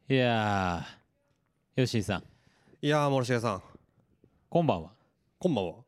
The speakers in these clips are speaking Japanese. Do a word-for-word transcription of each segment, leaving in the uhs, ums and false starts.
いやー、吉井さん、 いやー、森重さん、 こんばんは。 こんばんは。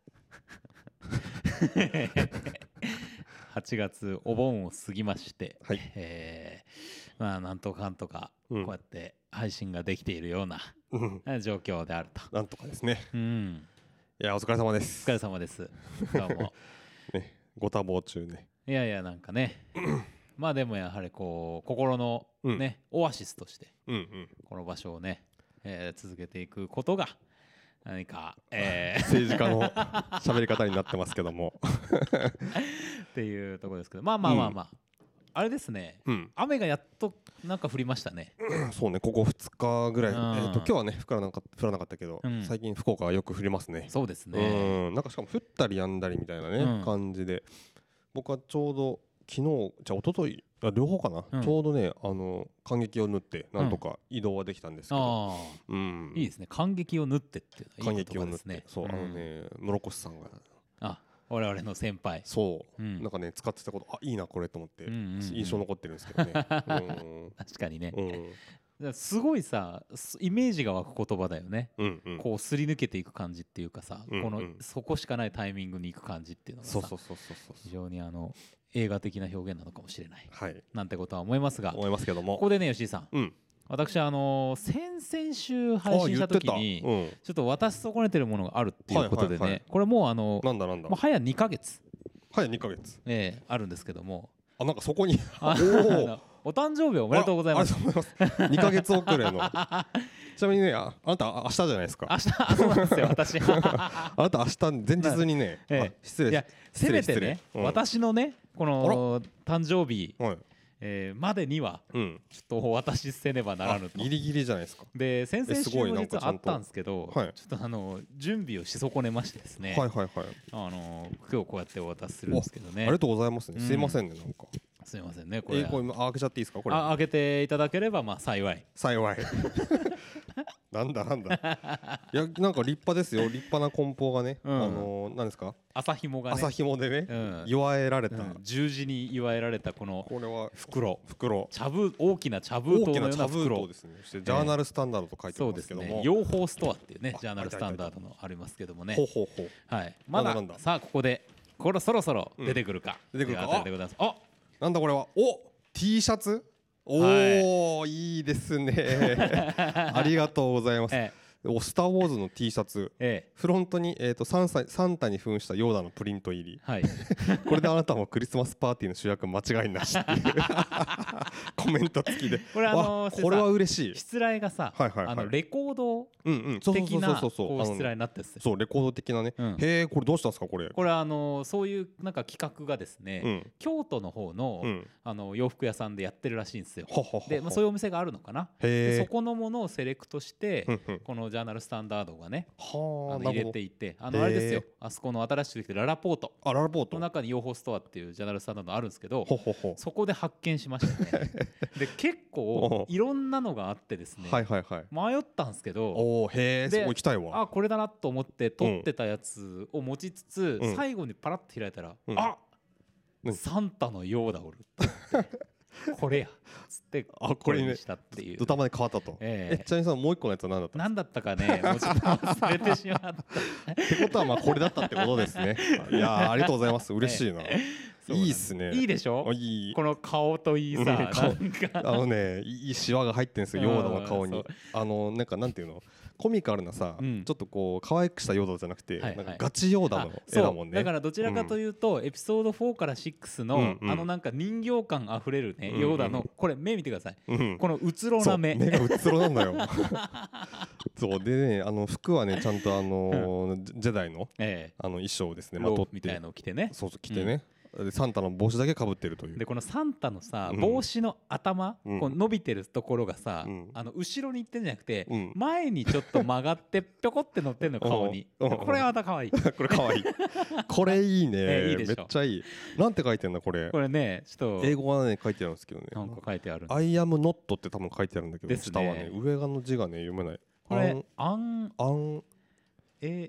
はちがつお盆を過ぎまして、 はいえーまあなんとかんとかこうんうやって配信ができているようなうん状況であると。 なんとかですね。 うん、 いやー、お疲れ様でおす。 疲れ様です。どうも。 ね、ご多忙中ね。 いやいやなんかね、まあでもやはりこう心のね、オアシスとしてうんうんこの場所をね、えー続けていくことが何か、えー政治家の喋り方になってますけども。 っていうところですけど、まあまあまあまあ、あれですね、 うん雨がやっとなんか降りましたね。 そうね、ここふつかぐらい、えうんーと今日はね降らなかった降らなかったけど、 うん最近福岡はよく降りますね。 そうですうね。 ん、なんかしかも降ったりやんだりみたいなね、 うん感じで、僕はちょうど昨日じゃあ一昨日あ両方かな、 うんちょうどねあの間隙を縫ってなんとか移動はできたんですけど、 ああ、 うん、 いいですね。感激を縫ってっていうのは間いい言隙を縫って、 葉ですね。 そう、 んあのね室越さんがあ、我々の先輩。 そう、 うんなんかね使ってたことあいいなこれと思って、 うんうんうん印象残ってるんですけどね。 確かにね。 うんうんすごいさ、すイメージが湧く言葉だよね。 うんうん、 こうすり抜けていく感じっていうかさ、 うんうんこのそこしかないタイミングに行く感じっていうのがさ、 そうそうそうそうそう非常にあの映画的な表現なのかもしれないはいなんてことは思いますが、 思いますけども、 ここでね吉井さん、 うん私あの先々週配信した時にあ言ってちょっと渡し損ねてるものがあるっていうことではいはいはいね、これもうあのた、うん、なんだなんだもう早にかげつ、 はいにかげつ、 ええあるんですけども、 あなんかそこにあおおあのお誕生日おめでとうございます。 あありがとうございますにかげつ遅れのちなみにね あ, あなたあ明日じゃないですか。 明日あそうなんですよ私あなた明日前日にね、 ええあ失礼いやせめてね、 失礼うん私のねこの誕生日、 はい、 えーまでにはうん、 ちょっとお渡しせねばならぬと。 ギリギリじゃないですか。 で先々 えすごい週もなんかちゃんと実はあったんですけど、 はいちょっとあの準備をし損ねましてですね、 はいはいはい、 あの今日こうやってお渡しするんですけどね。 ありがとうございますね、 うんすいませんねなんかすみませんねこれ。 えー、これあ開けちゃっていいですかこれ。 あ開けていただければまあ幸い。 幸いなんだなんだいやなんか立派ですよ、立派な梱包がね、 うんあのー、何ですか、 麻紐がね。 麻紐でね、 うん祝えられた、 うん十字に祝えられたこのこれは袋。 袋、 茶封大きな茶封筒のよう大きな茶な袋。 封筒ですね。そしてジャーナルスタンダードと書いてそうですすまけども、 ね。養蜂ストアっていうねあジャーナルスタンダードのありますけどもねほ。うほうほう、 はい。まだなんだなんださあここでこれそろそろ出てくるか。 うん出てくるかというあたりでございます。あなんだこれは、お T シャツ、おお、 はいいいですねありがとうございます。 えおスター・ウォーズの T シャツ、 ええフロントに、えー、とサンササンタに扮したヨーダのプリント入り、 えはい。 これであなたもクリスマスパーティーの主役間違いなしっていうコメント付きで、 これあのわこれは嬉しい。 しつらいがさ、 はいはいはいあのレコードうんうん、そうそう的なそうそうそうこうしつらいあのになってるんですよ。 そうレコード的なね、 うんへえこれどうしたんですかこれ。 これあのそういうなんか企画がですね、 うん京都の方の,、 うんあの洋服屋さんでやってるらしいんですよ。 ははははで、まあ、そういうお店があるのかな。 へえでそこのものをセレクトして、 うんうんこのジャーナルスタンダードがねはああの入れていて、あのあれですよ、あそこの新しくできたララポートあララポートの中に養蜂ストアっていうジャーナルスタンダードあるんですけど、 ほほほそこで発見しましたね。で結構いろんなのがあってですね、 はいはいはい、 迷ったんですけど、 おおへえでそこ行きたいわ。 あこれだなと思って撮ってたやつを持ちつつ、 うん最後にパラッと開いたら、 うんあ何サンタのヨーダおるって言ってこれやっつってあこれねにしたっていう。 ドタマで変わったと。 えええちなみにさもう一個のやつは何だったの。 何だったかね、もうちょっと忘れてしまった。 ってことはまあこれだったってことですね。いやーありがとうございます嬉しいな。 そうなんいいっすね。 いいでしょあいい。 この顔といいさ、 うんなん顔かあのねいいシワが入ってんですよヨーダの顔にうんそう。 あのなんかなんていうのコミカルなさ、 うんちょっとこう可愛くしたヨーダじゃなくて、 はいはいなんかガチヨーダの絵だもんね。 そうだからどちらかというと、エピソードフォーからシックスの、 うんうんあのなんか人形感あふれるね、 うんうんヨーダのこれ目見てください、 うんこのうつろそうな目目がうつろなんだよ。そうでねあの服はねちゃんとあのージジェダイのえあの衣装をですえねまとってロープみたいのを着てね。 そうそう着てね、でサンタの帽子だけかぶってるという。 でこのサンタのさ、 うん帽子の頭、 うんこう伸びてるところがさ、 うんあの後ろに行ってんじゃなくて、 うん前にちょっと曲がってぴょこって乗ってんの顔に、 うんうんこれはまた可愛い。 これ可愛いこれいいね、 えいいでしょめっちゃいい。なんて書いてんだこれ。 これねちょっと英語はね書いてあるんですけどね。 なんか書いてあるんです。 I am not って多分書いてあるんだけど、 ですね下はね上側の字がね読めない。 これアンアンえ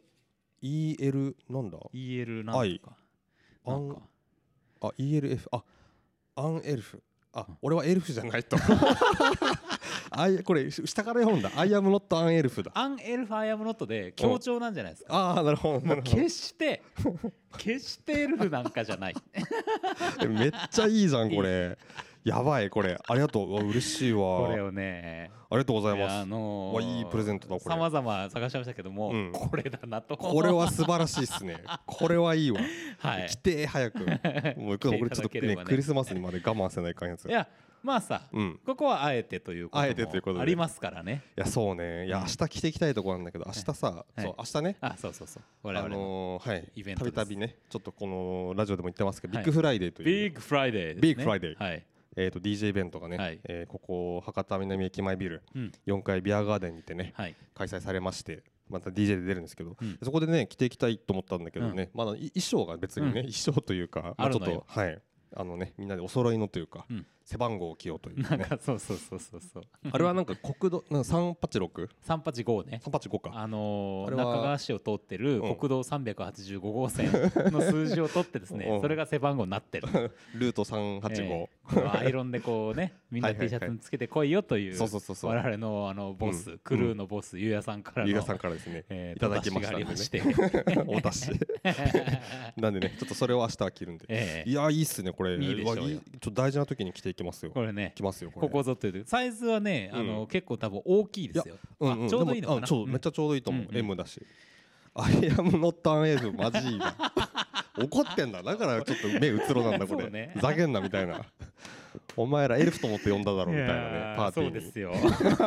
E L なんだ。 イーエル なんとかアンなんかあ E L F あアンエルフあ、 うん俺はエルフじゃないとあいこれ下から読んだアイアムノットアンエルフだ。 アンエルフアイアムノットで強調なんじゃないですか。 ああなるほどなるほど。 決して決してエルフなんかじゃない。 めっちゃいいじゃんこれ。やばいこれありがとう。うわ嬉しいわ。 これをねありがとうございます。 あのー、 わいいプレゼントだこれ。 さまざま探しましたけども、 うん、 これだなと。 これは素晴らしいっすね。これはいいわ。 はい。 来て早く。もうこれちょっとねクリスマスにまで我慢せないかんやつ。 いやまあさ、うん、ここはあえてということもありますからね。 いやそうね。いや明日着ていきたいところなんだけど明日さ、はい、そう明日ね。 あそうそうそう。我々 あのー、はいイベントたびたびねちょっとこのラジオでも言ってますけど、はい、ビッグフライデーというビッグフライデー、 ね、ビッグフライデー。 はい。 えー、と ディージェー イベントがね、はい、えー、ここ博多南駅前ビル、うん、よんかいビアガーデンにてね、はい、開催されましてまた ディージェー で出るんですけど、うん、そこでね着ていきたいと思ったんだけどね、うん、まだ衣装が別にね、うん、衣装というか、まあ、ちょっとはいあのねみんなでお揃いのというか、うん、背番号を着ようというね。 なんかそうそうそうそうそうあれはなんか国道なんかさんはちろくさんはちごねさんはちごかあのー、中川市を通ってる国道さんびゃくはちじゅうごごうせんの数字を取ってですね、うん、それが背番号になってるルートさんはちご、 えー、アイロンでこうねみんな T シャツにつけてこいよという我々のあのボス、うん、クルーのボス、うん、ゆうやさんからのゆうやさんからですね、えー、いただきましたんでねお達しなんでねちょっとそれを明日は着るんで、えー、いやいいっすねこれ。 いいでしょうよ。 ちょっと大事な時に着ていきますよこれね。 着ますよこれ。 ここぞというサイズはねあの、うん、結構多分大きいですよ。 うんうん、 ちょうどいいのかな。 ちょめっちゃちょうどいいと思う、うんうん、エム だし。アイアムノットアンエルフマジいいな。怒ってんだだからちょっと目うつろなんだこれ、ね、ざけんなみたいな。お前らエルフと思って呼んだだろうみたいなねパーティーに。 そうですよ。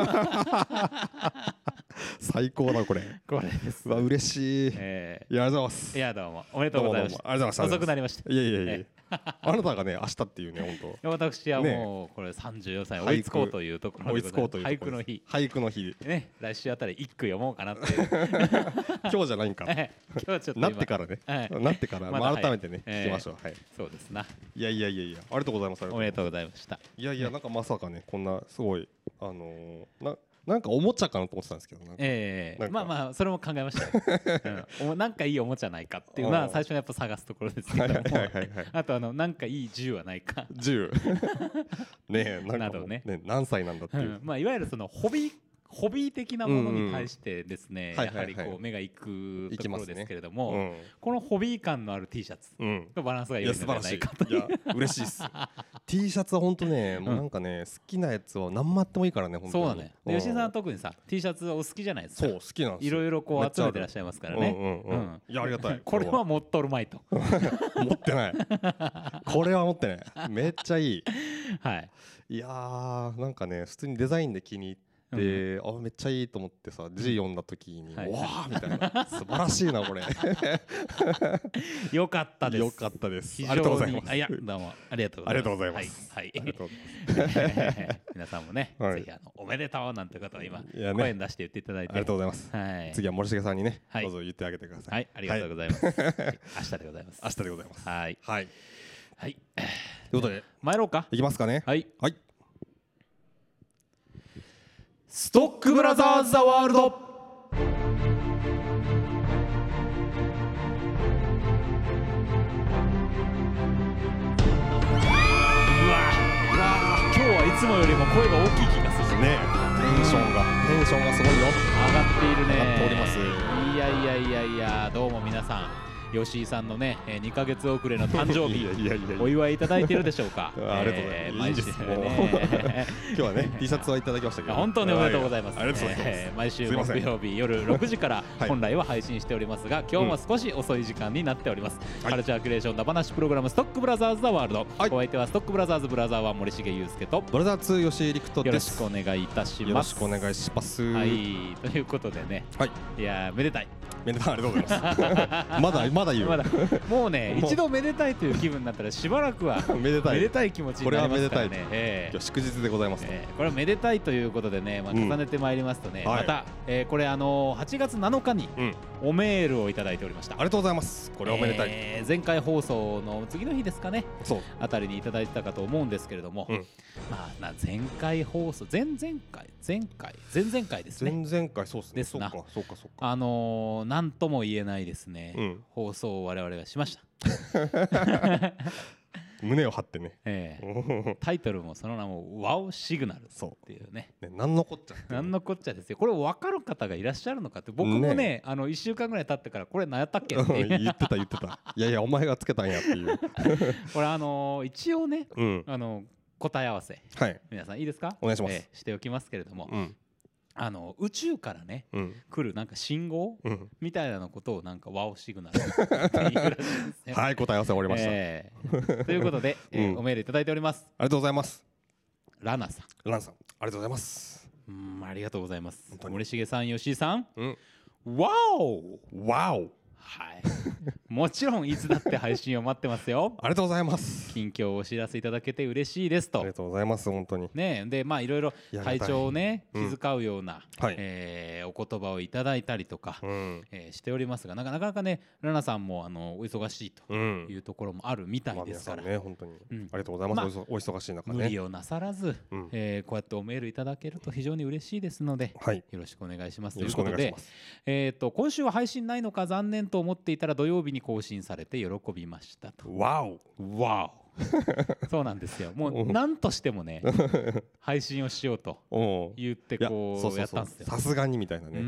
最高だこれ。 これです。 うわ嬉しい。えー、いやありがとうございます。 いやどうもおめでとうございました。 ありがとうございます。 遅くなりました。 いやいやいや。えーあなたがね明日っていうね本当。 私はもうこれさんじゅうよんさい追いつこうというところでございます。俳句の日。 俳句の日。 ね来週あたり一句読もうかなっていう。 今日じゃないんか。今日ちょっとなってからね。なってから改めてね聞きましょう。はい。 そうですな。 いやいやいやいやありがとうございます。 おめでとうございました。 いやいやなんかまさかねこんなすごいあのな。なんかおもちゃかなと思ってたんですけどなんか、 えー、まあまあそれも考えましたよ、うん、なんかいいおもちゃないかっていうのは最初にやっぱ探すところですけどもあとあのなんかいい銃はないか銃ねえなんかなどねね何歳なんだっていう、 うん、まあいわゆるそのホビーホビー的なものに対してですね、やはりこう目がいくところですけれども、ねうん、このホビー感のある T シャツのバランスが良いのではないかという、 いや嬉しいですT シャツは本当ねもうなんかね、うん、好きなやつを何もあってもいいからね本当に。 そうだね。で吉井さんは特にさ T シャツお好きじゃないですか。 そう好きなんですよ。 いろいろこう集めてらっしゃいますからね。 うんうんうん、いやありがたい。 これは持っとるまいと持ってないこれは持ってないめっちゃいいはいいやーなんかね普通にデザインで気に入ってで、うん、あめっちゃいいと思ってさ G 読んだ時に、はい、わーみたいな素晴らしいなこれよかったです。 よかったです。ありがとうございます。 いやどうもありがとうございます。はい、はい、皆さんもね、はい、ぜひあのおめでとうなんてことを今、ね、声出して言っていただいてありがとうございます、はい、次は森重さんにね、はい、どうぞ言ってあげてください。 はいありがとうございます、はい、明日でございます明日でございますはいはいはいということで参ろうか。 いきますかね。 はいはいストックブラザーズ・ザ・ワールド。うわうわ今日はいつもよりも声が大きい気がするね。テンションがテンションがすごいよ。 上がっているね。 上がっております。 いやいやいやいやどうも皆さん吉井さんのねにかげつ遅れの誕生日お祝いいただいているでしょうか。 ありがとうございます。いいですね。今日はね T シャツはいただきましたけど本当におめでとうございます。 ありがとうございます。 毎週木曜日夜ろくじから本来は配信しておりますが今日も少し遅い時間になっております。カルチャークリエーションだ話プログラムストックブラザーズ・ザ・ワールド。お相手はストックブラザーズブラザーは森重裕介とブラザーツ吉井陸斗です。 よろしくお願いいたします。 よろしくお願いします。 はいということでねいやめでたいめでたいありがとうございますまだまだ言うもうね一度めでたいという気分になったらしばらくはめでたいめでたい気持ちになりますからね。 えー、今日祝日でございます、 えー、これはめでたいということでね、まあ、重ねてまいりますとね、うん、また、はいえー、これあのー、はちがつなのかにおメールをいただいておりました、 うん、ありがとうございます。これはおめでたい、 えー、前回放送の次の日ですかねそうあたりにいただいてたかと思うんですけれども、うん、まあ、な前回放送前々回前回前々回ですね前々回そうですねですなそうかそうかそうかあのー、なんとも言えないですね、うん、放送を我々がしました胸を張ってね、 えー、タイトルもその名もワオシグナルっていうね、 ね、何のこっちゃ何のこっちゃですよ。これ分かる方がいらっしゃるのかって、僕もね、ねあのいっしゅうかんぐらい経ってからこれ何やったっけって言ってた言ってたいやいやお前がつけたんやっていうこれあのー、一応ね、うん、あの答え合わせ、はい、皆さんいいですか、 お願いします、 えー、しておきますけれども、 うん、 あの宇宙からね、うん、来るなんか信号、うん、みたいなのことをなんかワオシグナルっていうらしいですねはい、答え合わせ終わりました、 えー、ということで、えーうん、おメールいただいております。 ありがとうございます。 ラナさんラナさんありがとうございます。 うん、ありがとうございます。森重さん、吉井さん、うん、ワオワオはい、もちろんいつだって配信を待ってますよ。 ありがとうございます。 近況をお知らせいただけて嬉しいですと。 ありがとうございます本当に。 ね、でまあいろいろ体調をね気遣うような、うん、はい、えー、お言葉をいただいたりとか、うん、えー、しておりますが、なかなかねラナさんもあのお忙しいというところもあるみたいですから。 まあ、皆さんね本当に、うん、ありがとうございます。まあ、お忙しい中ね。 無理をなさらず、うん、えー、こうやっておメールいただけると非常に嬉しいですので、はい、よろしくお願いします。 よろしくお願いします。 えっと今週は配信ないのか残念と思っていたら土曜日に更新されて喜びましたと。 わおわおそうなんですよ。もう何としてもね配信をしようと言ってこうやったんですよ。 さすがにみたいなね、うん、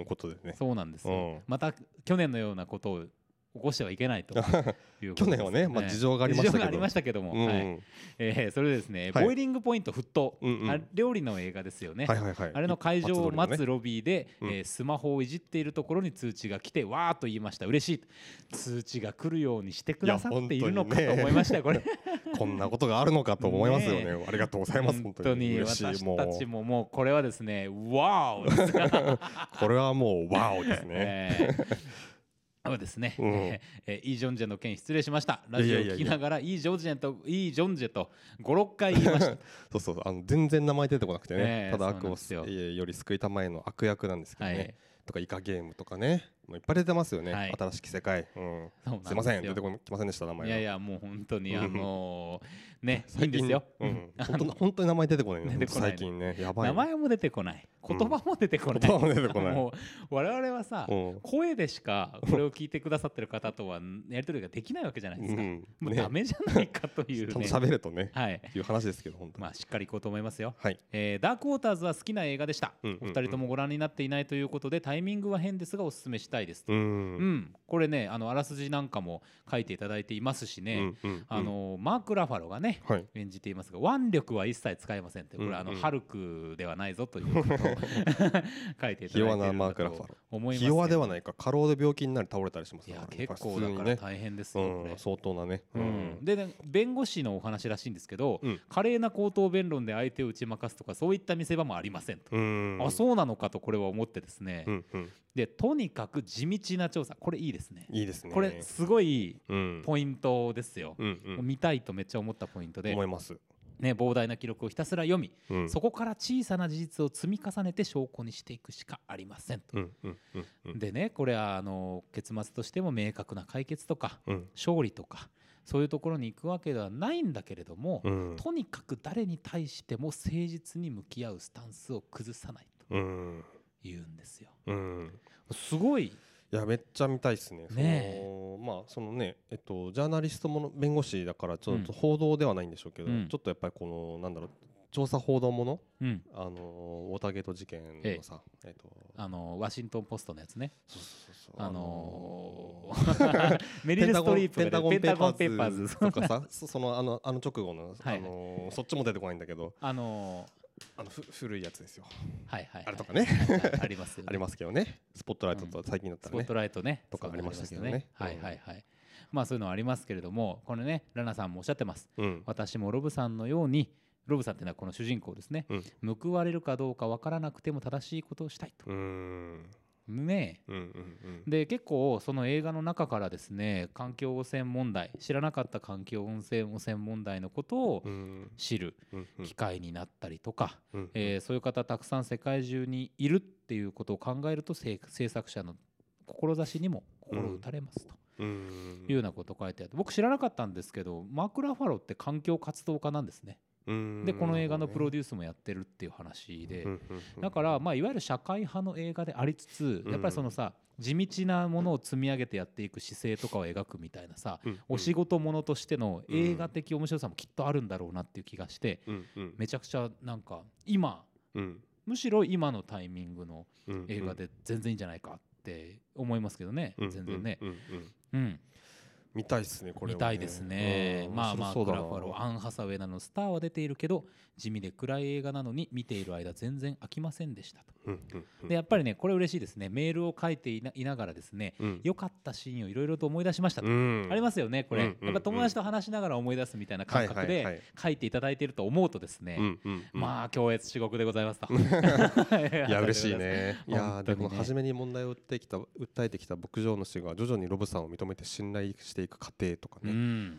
ことでね。 そうなんですよ。また去年のようなことを起こしてはいけないという去年はね、まあ、事情がありましたけど、 事情がありましたけども、うん、はい、えー、それでですね、はい、ボイリングポイント沸騰、うんうん、料理の映画ですよね、はいはいはい、あれの会場を待つロビーで、ね、えー、スマホをいじっているところに通知が来てわーっと言いました。嬉しい、通知が来るようにしてくださっているのかと思いましたよ、これこんなことがあるのかと思いますよね。ね、ありがとうございます。 本当に私たちももうこれはですねワオですこれはもうワオですね、えーそうですね、うん、えー、イージョンジェの件失礼しました。ラジオを聞きながらイージョンジェとイージョンジェとご、ろっかい言いましたそうそう、あの全然名前出てこなくてね、えー、ただ悪をより救いたまえの悪役なんですけどね、はい、とかイカゲームとかね、もういっぱい出てますよね、はい、新しき世界、うん、すいません出てきませんでした名前。 いやいやもう本当にあのー、ねいいんですよ、 うん、本当本当に名前出てこないね最近ね。やばい、 名前も出てこない、言葉も出てこない、 言葉も出てこない。 もう我々はさ、声でしかこれを聞いてくださってる方とはやり取りができないわけじゃないですか、うん、もうダメじゃないかというね、 ちゃんと喋るとね、はい、いう話ですけど、本当にまあしっかりいこうと思いますよ、 はい、 えー、ダークウォーターズは好きな映画でした、うんうんうん、お二人ともご覧になっていないということでタイミングは変ですがおすすめしたいですと、うん、うん、これねあのあらすじなんかも書いていただいていますしね、うんうんうん、あのマーク・ラファロがね、はい、演じていますが腕力は一切使えませんって、これ、うんうん、あのハルクではないぞということを書いていただいているんだと思います。 ひ弱ではないか、過労で病気になり倒れたりしますから、 ね、いや結構だから大変ですよ、 うん、相当なね、 うん、で、ね、弁護士のお話らしいんですけど、うん、華麗な口頭弁論で相手を打ち負かすとかそういった見せ場もありませんと。うん、あそうなのかとこれは思ってですね、うんうん、でとにかく地道な調査、これいいですね。 いいですね、 これすごいポイントですよ、うんうん、見たいとめっちゃ思ったポイントで思います、 ね、膨大な記録をひたすら読み、うん、そこから小さな事実を積み重ねて証拠にしていくしかありませんと、うんうんうんうん、でねこれはあの結末としても明確な解決とか、うん、勝利とかそういうところに行くわけではないんだけれども、うん、とにかく誰に対しても誠実に向き合うスタンスを崩さないと言うんですよ、うん、すごい。 いやめっちゃ見たいですね。ねそのまあそのねえっとジャーナリストもの弁護士だからちょっと報道ではないんでしょうけど、うん、ちょっとやっぱりこのなんだろう調査報道もの、うん、あのウォーターゲート事件のさ、ええっとあのワシントンポストのやつね。そうそうそうあのー、メリルストリープペンタゴンペーパーズとかさそのあのあの直後の、はい、あのー、そっちも出てこないんだけど、 あのーあのふ古いやつですよ、 はいはいはい、 あれとかねありますよねありますけどね、スポットライトと最近だったらね、 スポットライトねとかありましたけどね、 はいはいはい、まあそういうのはありますけれども、これねラナさんもおっしゃってます、うん、私もロブさんのように、ロブさんっていうのはこの主人公ですね、うん、報われるかどうか分からなくても正しいことをしたいと、うーんねえ、うんうんうん、で結構その映画の中からですね環境汚染問題、知らなかった環境汚染汚染問題のことを知る機会になったりとか、うんうんえー、そういう方たくさん世界中にいるっていうことを考えると制作者の志にも心打たれますと、うん、いうようなことを書いてあって、僕知らなかったんですけどマーク・ラファロって環境活動家なんですね。 でこの映画のプロデュースもやってるっていう話で、だからまあいわゆる社会派の映画でありつつ、やっぱりそのさ地道なものを積み上げてやっていく姿勢とかを描くみたいなさ、お仕事ものとしての映画的面白さもきっとあるんだろうなっていう気がして、めちゃくちゃなんか今むしろ今のタイミングの映画で全然いいんじゃないかって思いますけどね。全然ね。うん。 見たいですねこれはね。 見たいですね。まあまあクラファロー、アン・ハサウェイなどのスターは出ているけど地味で暗い映画なのに見ている間全然飽きませんでしたと。でやっぱりねこれ嬉しいですね。メールを書いてい な, いながらですね、うん、良かったシーンをいろいろと思い出しましたと、うん、ありますよねこれ、うん、やっぱ友達と話しながら思い出すみたいな感覚で書いていただいていると思うとですね、うんうんうん、まあ強烈至極でございますと。 いや嬉しいね。いやでも初めに問題を訴えてきた訴えてきた牧場主が徐々にロブさんを認めて信頼していく過程とかね、うん、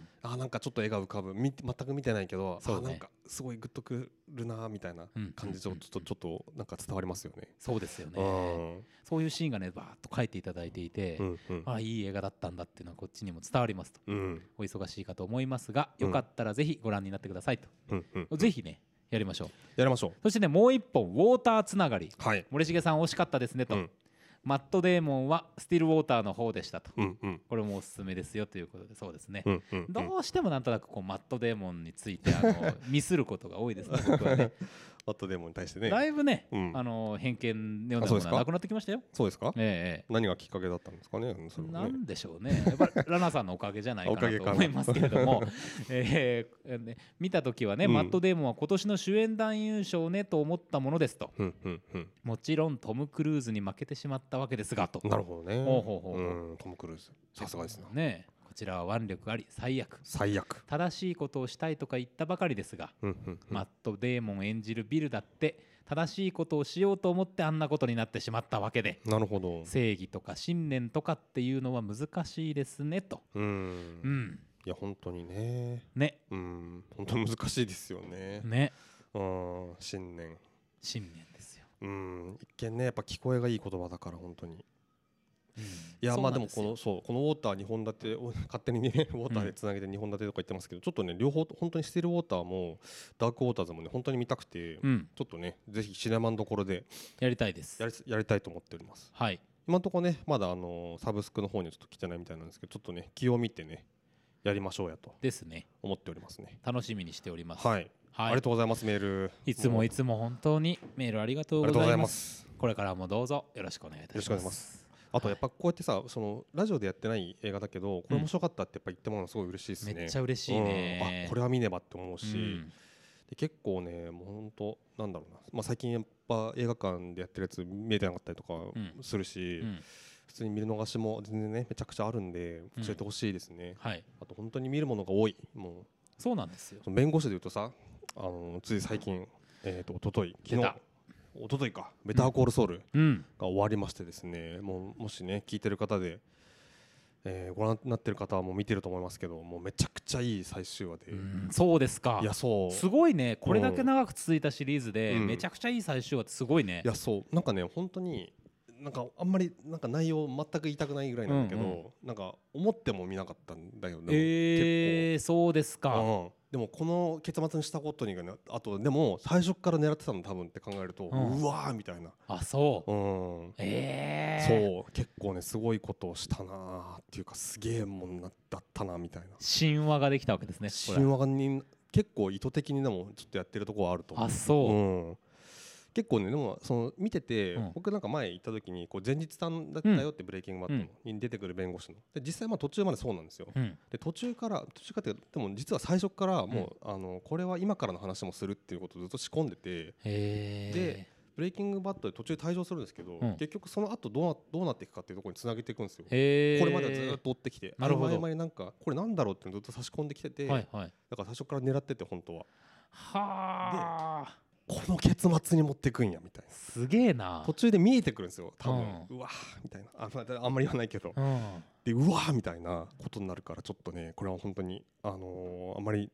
あなんかちょっと絵が浮かぶ全く見てないけど、ね、あなんかすごいグッとくるなみたいな感じでちょっとちょっとなんか伝わりますよね。 そうですよね、うん、そういうシーンがねバーッと書いていただいていて、うんうん、あいい映画だったんだっていうのはこっちにも伝わりますと、うん、お忙しいかと思いますがよかったらぜひご覧になってくださいと、うんうん、ぜひねやりましょうやりましょう。 そしてねもう一本ウォーターつながり、はい、森重さん惜しかったですねと、うん、マットデーモンはスティルウォーターの方でしたと、うんうん、これもおすすめですよということでそうですね、うんうんうん、どうしてもなんとなくこうマットデーモンについてあのミスることが多いですね僕はね。 マットデーモンに対してねだいぶね、うん、あの偏見のようなものがなくなってきましたよ。 そうですか、ええ、何がきっかけだったんですかね。それねなんでしょうねやっぱりラナさんのおかげじゃないかなと思いますけれども、えーね、見た時はね、うん、マットデーモンは今年の主演男優賞ねと思ったものですと、うんうんうん、もちろんトム・クルーズに負けてしまったわけですがと。 なるほどね。ほうほうほう、うん、トム・クルーズさすがですね。 こちらは腕力あり最悪最悪正しいことをしたいとか言ったばかりですが、うんうんうん、マット・デーモン演じるビルだって正しいことをしようと思ってあんなことになってしまったわけで、 なるほど正義とか信念とかっていうのは難しいですねと。うん、 うん、いや本当にねね、 うん、本当に難しいですよね。 ね、 うん、信念信念ですよ。 うん、一見ねやっぱ聞こえがいい言葉だから本当に。うん、いやまあでもこのそうこのウォーターにほん立て勝手にねウォーターでつなげてにほん立てとか言ってますけど、うん、ちょっとね両方本当にスティルウォーターもダークウォーターズもね本当に見たくて、うん、ちょっとねぜひシネマンどころでやりたいですやり、やりたいと思っております。はい、今のところねまだあのサブスクの方にはちょっと来てないみたいなんですけどちょっとね気を見てねやりましょうやとですね思っておりますね。 楽しみにしております。 はい、はい、ありがとうございます。メールいつもいつも本当にメールありがとうございます。これからもどうぞよろしくお願いいたします。よろしくお願いします。 あとやっぱこうやってさそのラジオでやってない映画だけどこれ面白かったってやっぱ言ってもらうのすごい嬉しいですね。 めっちゃ嬉しいね、 うん、あこれは見ねばって思うし、うん、で結構ねもう本当なんだろうな、まあ、最近やっぱ映画館でやってるやつ見えてなかったりとかするし、うんうん、普通に見る逃しも全然ねめちゃくちゃあるんで教えてほしいですね、うんはい、あと本当に見るものが多い。もうそうなんですよ。 弁護士で言うとさあのつい最近えーと一昨日昨日一昨日かベターコールソウルが終わりましてですね、うん、もうもしね聞いてる方で、えー、ご覧になってる方はもう見てると思いますけどもうめちゃくちゃいい最終話で、うん、 そうですか。 いやそうすごいねこれだけ長く続いたシリーズで、うん、めちゃくちゃいい最終話ってすごいね。 いやそうなんかね本当になんかあんまりなんか内容全く言いたくないぐらいなんだけど、うんうん、なんか思っても見なかったんだよね。 えー、結構そうですか、 うんでもこの結末にしたことにあとでも最初から狙ってたの多分って考えると、うん、うわーみたいな。 あそう、うん、 えー、そう結構ねすごいことをしたなっていうかすげえもんだったなみたいな神話ができたわけですね。 神話に結構意図的にでもちょっとやってるところはあると思う。 あそう、うん、 結構ねでもその見てて、うん、僕なんか前行った時にこう前日談だったよってブレイキングバッドに出てくる弁護士ので実際まあ途中までそうなんですよ、うん、で途中から途中からでも実は最初からもう、うん、あのこれは今からの話もするっていうことをずっと仕込んでてでブレイキングバッドで途中退場するんですけど、うん、結局その後どうなどうなっていくかっていうところにつなげていくんですよ。これまでずっと追ってきてなるほど前々なんかこれなんだろうってずっと差し込んできてて、はいはい、だから最初から狙ってて本当ははあこの結末に持ってくんやみたいなすげえな途中で見えてくるんですよ多分、うん、うわーみたいな あ, あんまり言わないけど、うん、でうわーみたいなことになるからちょっとねこれは本当にあのー、あんまり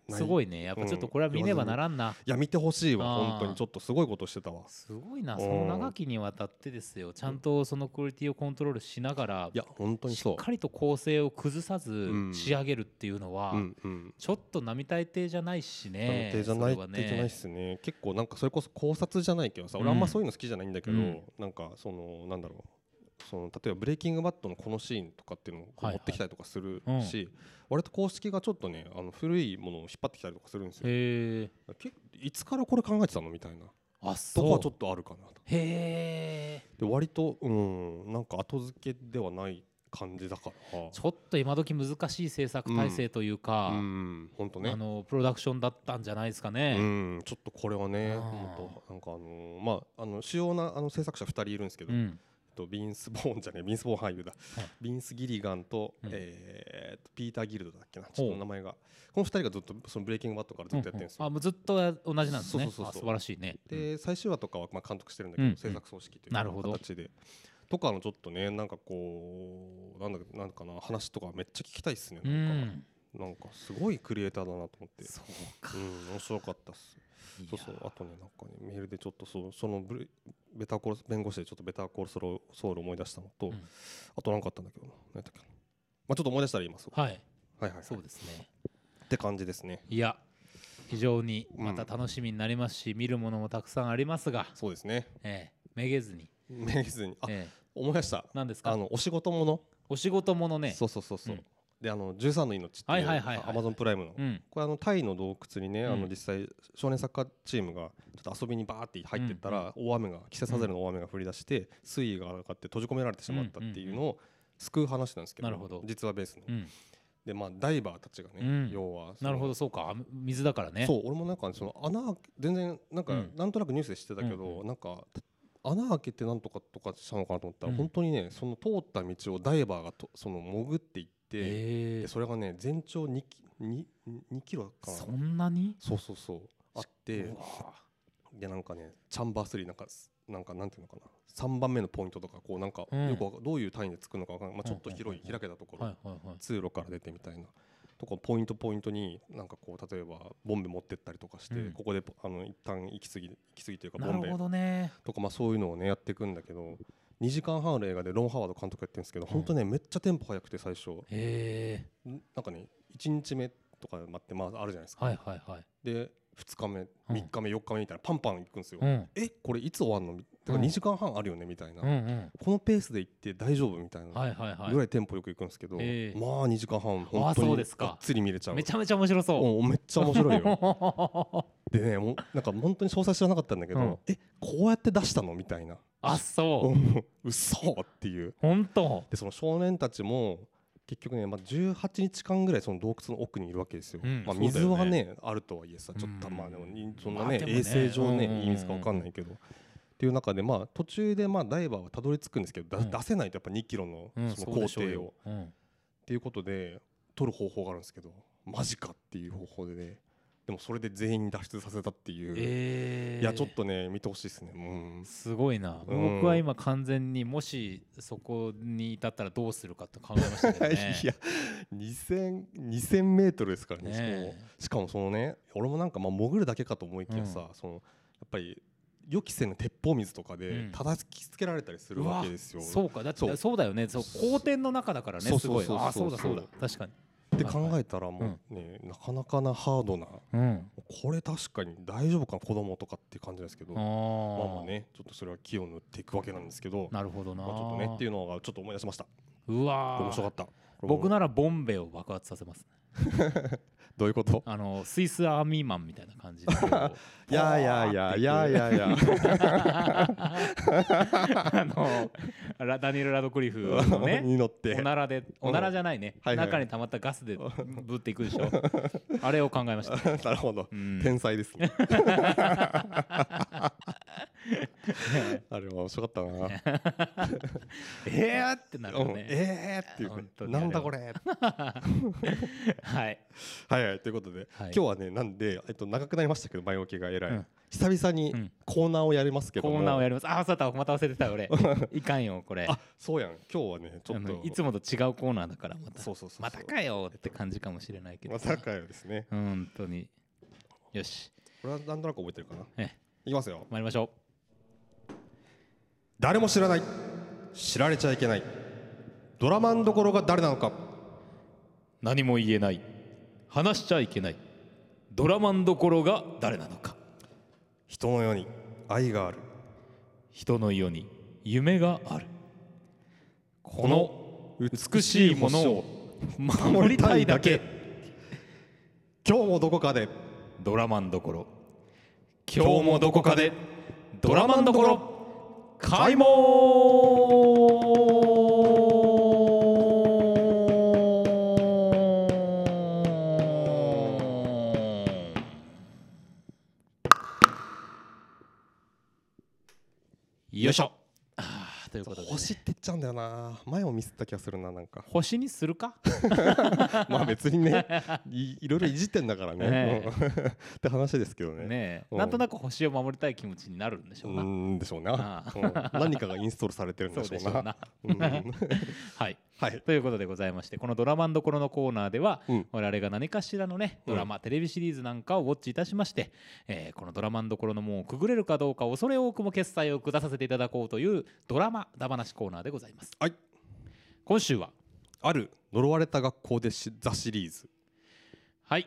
すごいね。やっぱちょっとこれは見ねばならんな。うん、 いや見てほしいわ。本当にちょっとすごいことしてたわ。 すごいな。その長きにわたってですよ。ちゃんとそのクオリティをコントロールしながら、 いや本当にそう。 しっかりと構成を崩さず仕上げるっていうのは、うんうん、ちょっと並大抵じゃないしね。 並大抵じゃないってじゃないっすね。結構なんかそれこそ考察じゃないけどさ、俺あんまそういうの好きじゃないんだけど、うん、なんかそのなんだろう。その例えばブレイキングバッドのこのシーンとかっていうのを持ってきたりとかするし、はいはい、割と公式がちょっとねあの古いものを引っ張ってきたりとかするんですよ。へー。いつからこれ考えてたのみたいなあとこはちょっとあるかなと。 へー。で割とうんなんか後付けではない感じだからちょっと今時難しい制作体制というか、うんうん、 本当ね、 あのプロダクションだったんじゃないですかね。 うん、ちょっとこれはね本当なんかあのー、まああの主要なあの制作者ふたりいるんですけど、うんとビンス・ボーンじゃねえビンス・ボーン俳優だ、はい、ビンス・ギリガンと、うんえー、とピーター・ギルドだっけなちょっと名前がこのふたりがずっとそのブレイキングバッドからずっとやってるんですよ、 うんうん、あもうずっと同じなんですね。そうそうそうそう素晴らしいね。 で最終話とかはまあ監督してるんだけど、うんうん、制作組織という形でとかのちょっとねなんかこうなんだなんかな話とかめっちゃ聞きたいっすね。なんか、うん、なんかすごいクリエイターだなと思って。 そうか、 うん、面白かったっす。そうそうあとねなんかねメールでちょっとそそのブレベターコール弁護士でちょっとベターコールソロソウル思い出したのと、うん、あと何かあったんだけど何だっけな、まあ、ちょっと思い出したら言います、 はい、はいはいはいそうですねって感じですね。 いや非常にまた楽しみになりますし、うん、見るものもたくさんありますがそうですね、 ええ、めげずにめげずにあ、ええ、思い出した何ですか。 あのお仕事ものお仕事ものね。 そうそうそうそう、うんであのじゅうさんの命っていうアマゾンプライムの、うん、これあのタイの洞窟にね、うん、あの実際少年サッカーチームがちょっと遊びにバーって入ってったら、うん、大雨が季節外れの大雨が降り出して水位が上がって閉じ込められてしまったっていうのを救う話なんですけど、なるほど実はベースの、うん、でまあダイバーたちがね、うん、要はなるほどそうか水だからね。 そう俺もなんかその穴全然なんか、うん、なんとなくニュースで知ってたけど、うん、なんか穴開けてなんとかとかしたのかなと思ったら、うん、本当にねその通った道をダイバーがとその潜っていってでそれがね全長 2, 2, 2キロかな。 そんなにそうそうそうあってでなんかねチャンバースリーなんかなんかなんていうのかなさんばんめのポイントとかこうなんか、うん、よくどういう単位で作るのか分からない、まあ、ちょっと広い開けたところ、はいはいはい、通路から出てみたいなとこポイントポイントになんかこう例えばボンベ持ってったりとかして、うん、ここであの一旦行き過ぎ行き過ぎというかボンベなるほど、ね、 とかまあそういうのをねやっていくんだけどにじかんはんの映画でロン・ハワード監督やってるんですけど、うん、本当ねめっちゃテンポ速くて最初へなんかねいちにちめとか待ってまああるじゃないですか、 はいはいはい、 でふつかめみっかめよっかめみたいなパンパン行くんですよ、うん、えこれいつ終わんのだからにじかんはんあるよねみたいな、うんうん、このペースで行って大丈夫みたいなぐらいテンポよく行くんですけど、はいはいはい、まあにじかんはん本当にがっつり見れちゃう。 めちゃめちゃ面白そう。 めっちゃ面白いよでねもなんか本当に詳細知らなかったんだけど、うん、えこうやって出したのみたいな。 あそう嘘っていう本当でその少年たちも結局ね、まあ、じゅうはちにちかんぐらいその洞窟の奥にいるわけですよ、うんまあ、水は ね, ねあるとはいえさちょっとまあでもそんなね、まあ、ね衛生上ね、うん、いい水か分かんないけどっていう中でまあ途中でまあダイバーはたどり着くんですけど、うん、出せないとやっぱにキロのその工程を、うん、っていうことで取る方法があるんですけどマジかっていう方法でねでもそれで全員脱出させたっていう、えー、いやちょっとね見てほしいですね、うん、 すごいな、うん、僕は今完全にもしそこに至ったらどうするかと考えましたけどねいやにせんメートルですから ね, ねしかもそのね俺もなんかまあ潜るだけかと思いきやさ、うん、そのやっぱり予期せぬ鉄砲水とかで叩きつけられたりするわけですよ、うん、 そうかだってそう、そうだよねそう荒天の中だからねすごいあそうだそうだ確かにって考えたらもうね、うん、なかなかなハードな、うん、これ確かに大丈夫か子供とかっていう感じですけど、あまあまあねちょっとそれは気を塗っていくわけなんですけど、 なるほどな、 まあ、ちょっとねっていうのがちょっと思い出しました。 うわ面白かった。 僕ならボンベを爆発させますどういうこと？あのスイスアーミーマンみたいな感じでいやいやいやいやいやいやあのダニエル・ラドクリフのねに乗っておならでおならじゃないね、うんはいはい、中に溜まったガスでブっていくでしょあれを考えました、ね、 なるほど、うん、天才ですねあれは面白かったなえーってなるよね、うん、 えーっていうねなんだこれはいはいはいということで、はい、今日はねなんで、えっと、長くなりましたけど前置きがえらい、うん、 久々にコーナーをやりますけども、 コーナーをやります。ああ、そうだった、また忘れてた俺いかんよこれ。 あ、そうやん、今日はねちょっといつもと違うコーナーだからまたそうそうそう、 またかよって感じかもしれないけど、 またかよですね、 本当に。よし、 これはなんとなく覚えてるかな。 えいきますよ、 参りましょう。 誰も知らない、知られちゃいけない、ドラマンどころが誰なのか。 何も言えない、話しちゃいけない、ドラマンどころが誰なのか。 人の世に愛がある、 人の世に夢がある。この美しいものを守りたいだけ。 今日もどこかでドラマンどころ、今日もどこかでドラマンどころ開門。よいしょ。あということで、ね、 星って言っちゃうんだよな。前もミスった気がするな。なんか星にするかまあ別にね い, いろいろいじってんだからねねって話ですけどね。 ねえ、なんとなく星を守りたい気持ちになるんでしょうな。 うんでしょうな、うん、何かがインストールされてるんでしょうな。 はい、はい、ということでございまして、このドラマンどころのコーナーでは、うん、我々が何かしらのねドラマ、うん、テレビシリーズなんかをウォッチいたしまして、えー、このドラマンどころの門をくぐれるかどうか恐れ多くも決済を下させていただこうというドラマだ話コーナーでございます。 はい、 今週はある呪われた学校でザシリーズ。 はい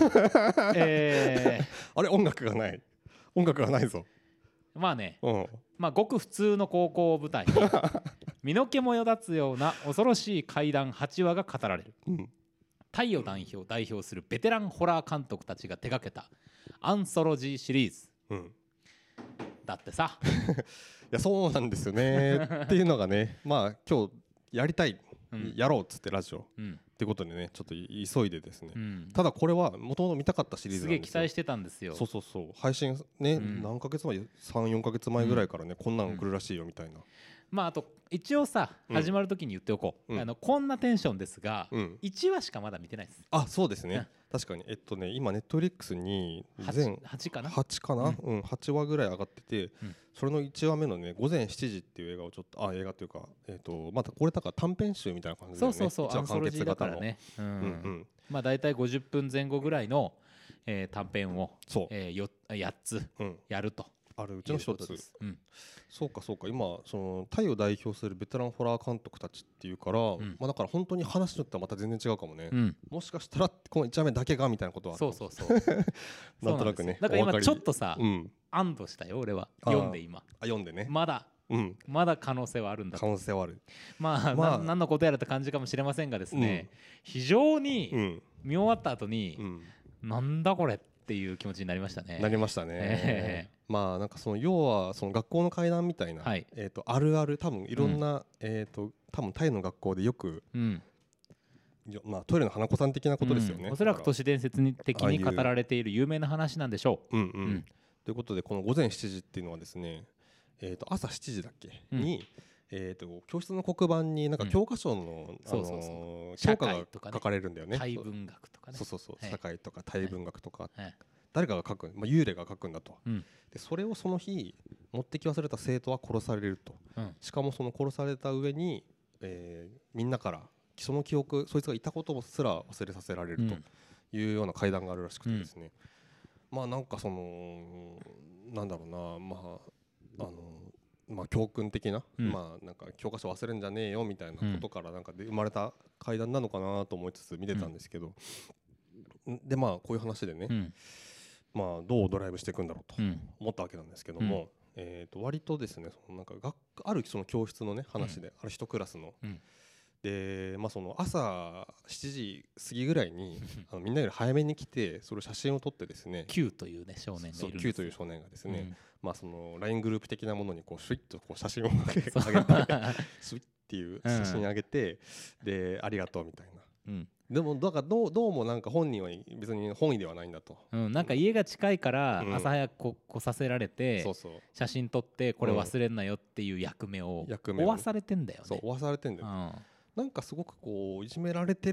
えー、 あれ音楽がない音楽がないぞ。 まあね、 うん、 まあごく普通の高校を舞台に身の毛もよだつような恐ろしい怪談はちわが語られる、うん、タイを代表代表するベテランホラー監督たちが手掛けたアンソロジーシリーズ、うん、だってさいやそうなんですよねっていうのがね、まあ今日やりたい、うん、やろうっつってラジオ、うん、ってことでねちょっと急いでですね、うん、ただこれはもともと見たかったシリーズなんですよ。 すげえ期待してたんですよ。 そうそうそう、配信ね、うん、何ヶ月前 さん,よん ヶ月前ぐらいからね、うん、こんなの来るらしいよみたいな、 まああと一応さ、うん、始まる時に言っておこう、うん、あのこんなテンションですが、うん、いちわしかまだ見てないです。 あ、そうですね、うん、確かにえっとね今ネットフリックスに全はち, かなはちかな、うんうん、はちわぐらい上がってて、うん、それのいちわめのね午前しちじっていう映画をちょっとあ映画というかえっとまたこれだから短編集みたいな感じでね、 そうそうそう、アンソロジーだからね、うんうんうん、まあだいたいごじゅっぷんぜん後ぐらいの、えー、短編をそう、えー、よやっつやると、 うん、あるうちの一つ、うん、そうかそうか。今そのタイを代表するベテランホラー監督たちっていうから、うん、まあだから本当に話によってはまた全然違うかもね、うん、もしかしたらこのいちわめだけがみたいなことはある。 そうそうそうなんとなくね、 だから今ちょっとさ、うん、安堵したよ俺は読んで今。 あ読んでね、 まだうん、まだ可能性はあるんだと。 可能性はある。 まあ、まあ、何のことやらって感じかもしれませんがですね、うん、非常に見終わった後に、うん、なんだこれっていう気持ちになりましたね。 なりましたね、えー、まあなんかその要はその学校の怪談みたいな、はい、えー、とあるある多分いろんな、うん、えー、と多分タイの学校でよく、うんまあ、トイレの花子さん的なことですよね、うん、 おそらく都市伝説的に語られている有名な話なんでしょう。うんうんうん、 ということでこの午前しちじっていうのはですね、えー、と朝しちじだっけ、うん、に、えー、と教室の黒板になんか教科書の教科が書かれるんだよね。 タイ文学とかね。 そうそうそう、社会とかタイ文学とか、はい、誰かが書く、まあ、幽霊が書くんだと、うん、でそれをその日持ってき忘れた生徒は殺されると、うん、しかもその殺された上に、えー、みんなからその記憶そいつがいたことすら忘れさせられるというような怪談があるらしくてですね、うん、まあなんかそのなんだろうな、まああのまあ、教訓的な、うん、まあなんか教科書忘れんじゃねえよみたいなことからなんかで生まれた怪談なのかなと思いつつ見てたんですけど、うん、でまあこういう話でね、うん、まあどうドライブしていくんだろうと思ったわけなんですけども、うん、えーと割とですねそのなんか学あるその教室のね話で、うん、ある一クラスの、うん、でまあその朝しちじ過ぎぐらいにあのみんなより早めに来てそれを写真を撮ってですね Q というね少年がいるんですよ。 そう Q という少年がですね、うん、まあその ライン グループ的なものにこうシュイッとこう写真を上げてスイッっていう写真上げて、うん、でありがとうみたいな、うん、でもだからどう、どうもなんか本人は別に本意ではないんだと、 うん、なんか家が近いから朝早く来させられて、うん、写真撮ってこれ忘れんなよっていう役目を負わされてんだよね。 そう負わされてんだよ、うん、なんかすごくこういじめられてる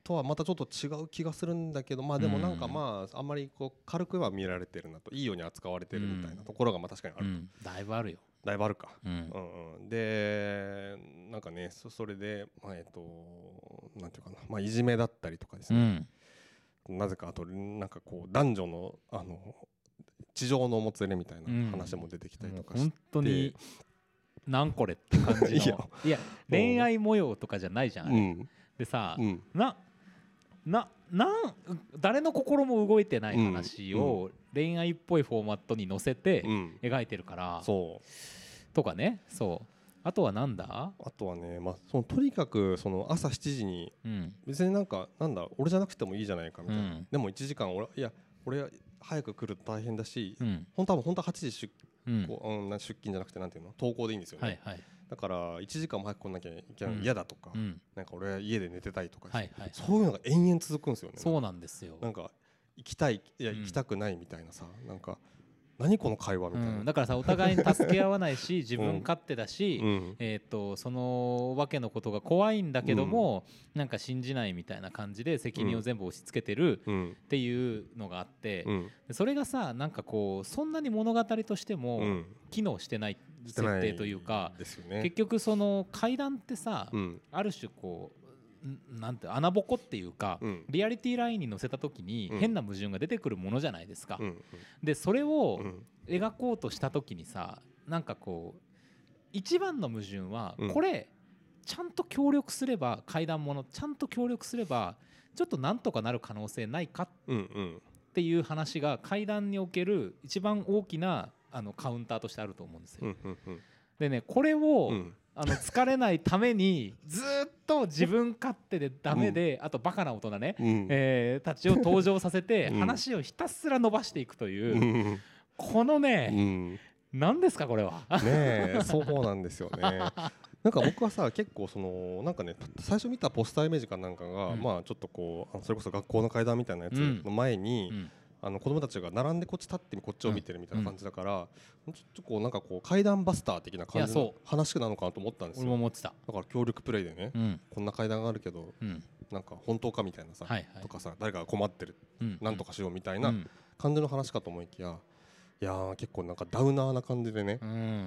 とはまたちょっと違う気がするんだけど、まあでもなんかまああんまりこう軽くは見られてるなと、いいように扱われてるみたいなところがまあ確かにあると、うん、 だいぶあるよ。 だいぶあるか、うんうんうん、でなんかね そ, それで、まあ、えっとなんていうかな、まあ、いじめだったりとかですね、うん、なぜかあとなんかこう男女のあの地上のもつれみたいな話も出てきたりとかして、うん、 本当になんこれって感じのいや、いや恋愛模様とかじゃないじゃん、うん、でさ、うん、なななん誰の心も動いてない話を恋愛っぽいフォーマットに載せて描いてるから、うん、そうとかね。そうあとはなんだあとはね、まあ、そのとにかくその朝しちじに別になんかなんだ俺じゃなくてもいいじゃないかみたいな、うん、でもいちじかん俺いや俺早く来ると大変だし、うん、本当は本当ははちじ出勤、うん、出勤じゃなくてなんていうの登校でいいんですよね、はいはい、だからいちじかんも早く来なきゃいけないの嫌だとか、うん、なんか俺は家で寝てたいとか、はいはい、そういうのが延々続くんですよね。 そうなんですよ。 なんか行きたいいや行きたくないみたいなさ、うん、なんか何この会話みたいな、 うん、だからさお互いに助け合わないし自分勝手だし、うん、えー、とそのわけのことが怖いんだけども、うん、なんか信じないみたいな感じで責任を全部押し付けてるっていうのがあって、うん、それがさなんかこうそんなに物語としても機能してない設定というか、ね、結局その怪談ってさ、うん、ある種こうなんて穴ぼこっていうか、うん、リアリティラインに載せた時に変な矛盾が出てくるものじゃないですか、うんうん、でそれを描こうとした時にさなんかこう一番の矛盾はこれちゃんと協力すれば怪談ものちゃんと協力すればちょっとなんとかなる可能性ないかっていう話が怪談における一番大きなあのカウンターとしてあると思うんですよ、うんうんうん、でねこれを、うんあの疲れないためにずっと自分勝手でダメで、うん、あとバカな大人ね、うんえー、たちを登場させて話をひたすら伸ばしていくという、うん、このね、うん、何ですかこれはねそうなんですよねなんか僕はさ結構そのなんかね最初見たポスターイメージかなんかが、うん、まあちょっとこうそれこそ学校の階段みたいなやつの前に、うんうんあの子供たちが並んでこっち立ってこっちを見てるみたいな感じだから、うん、ちょっとこうなんかこう階段バスター的な感じの話なのかなと思ったんですよ。 俺も思ってた。 だから協力プレイでね、うん、こんな階段があるけど、うん、なんか本当かみたいなさ、はいはい、とかさ誰かが困ってる、うん、なんとかしようみたいな感じの話かと思いきや、いやー結構なんかダウナーな感じでね、うん、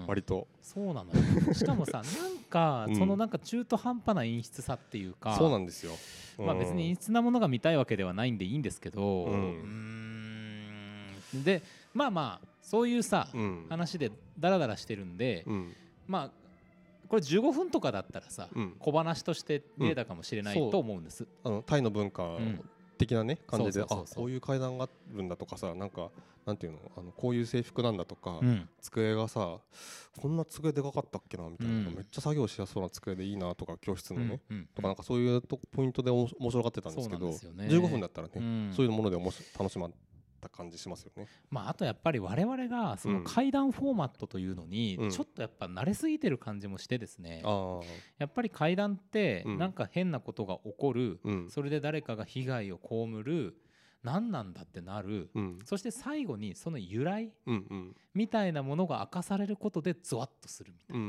割とそうなのよしかもさなんかそのなんか中途半端な演出さっていうか、 そうなんですよ、 うん、まあ別に演出なものが見たいわけではないんでいいんですけど、うん、うーんでまあまあそういうさ、うん、話でダラダラしてるんで、うん、まあこれじゅうごふんとかだったらさ、うん、小話として見えたかもしれない、うん、と思うんです。 あのタイの文化的なね、うん、感じで、あこういう階段があるんだとかさ、なんかなんていうの、あのこういう制服なんだとか、うん、机がさこんな机でかかったっけなみたいな、うん、めっちゃ作業しやすそうな机でいいなとか教室のね、うんうん、とかなんかそういうとポイントで面白がってたんですけど、ね、じゅうごふんだったらね、うん、そういうものでおもし楽しまった感じしますよね。 まあ、あとやっぱり我々がその階段フォーマットというのにちょっとやっぱ慣れすぎてる感じもしてですね、うん、やっぱり階段ってなんか変なことが起こる、うん、それで誰かが被害を被る、何なんだってなる、うん、そして最後にその由来、うんうん、みたいなものが明かされることでゾワッとするみたいな、うん、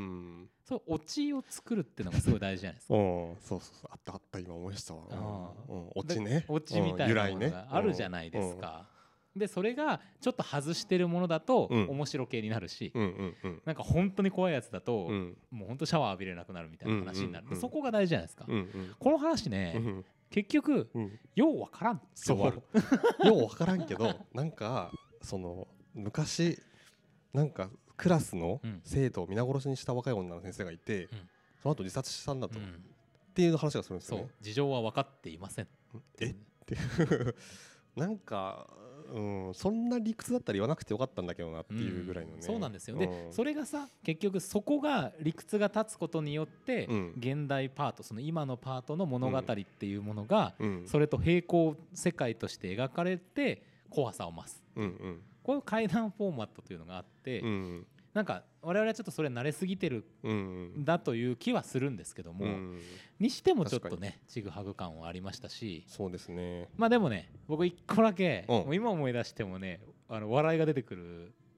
そうオチを作るっていうのがすごい大事じゃないですかそうそうそう、あったあった、今思い出したわ、うん、オチね、 オチみたいなものがあるじゃないですか、うん、でそれがちょっと外してるものだと面白系になるし、うんうんうん、なんか本当に怖いやつだと、うん、もう本当シャワー浴びれなくなるみたいな話になる、うんうんうん、そこが大事じゃないですか、うんうん、この話ね、うんうん結局、うん、ようわからんそうようわからんけどなんかその昔なんかクラスの生徒を皆殺しにした若い女の先生がいて、うん、その後自殺したんだと、うん、っていう話がするんですよね。そう事情は分かっていませんえっていうなんかうん、そんな理屈だったら言わなくてよかったんだけどなっていうぐらいのね、 うん、そうなんですよ、うん、でそれがさ結局そこが理屈が立つことによって、うん、現代パートその今のパートの物語っていうものが、うん、それと並行世界として描かれて怖さを増す、うんうん、こういう怪談フォーマットというのがあって、うん、なんか我々はちょっとそれ慣れすぎてるんだという気はするんですけども、うん、にしてもちょっとねちぐはぐ感はありましたし、 そうですね。 まあでもね僕一個だけ、うん、もう今思い出してもねあの笑いが出てくる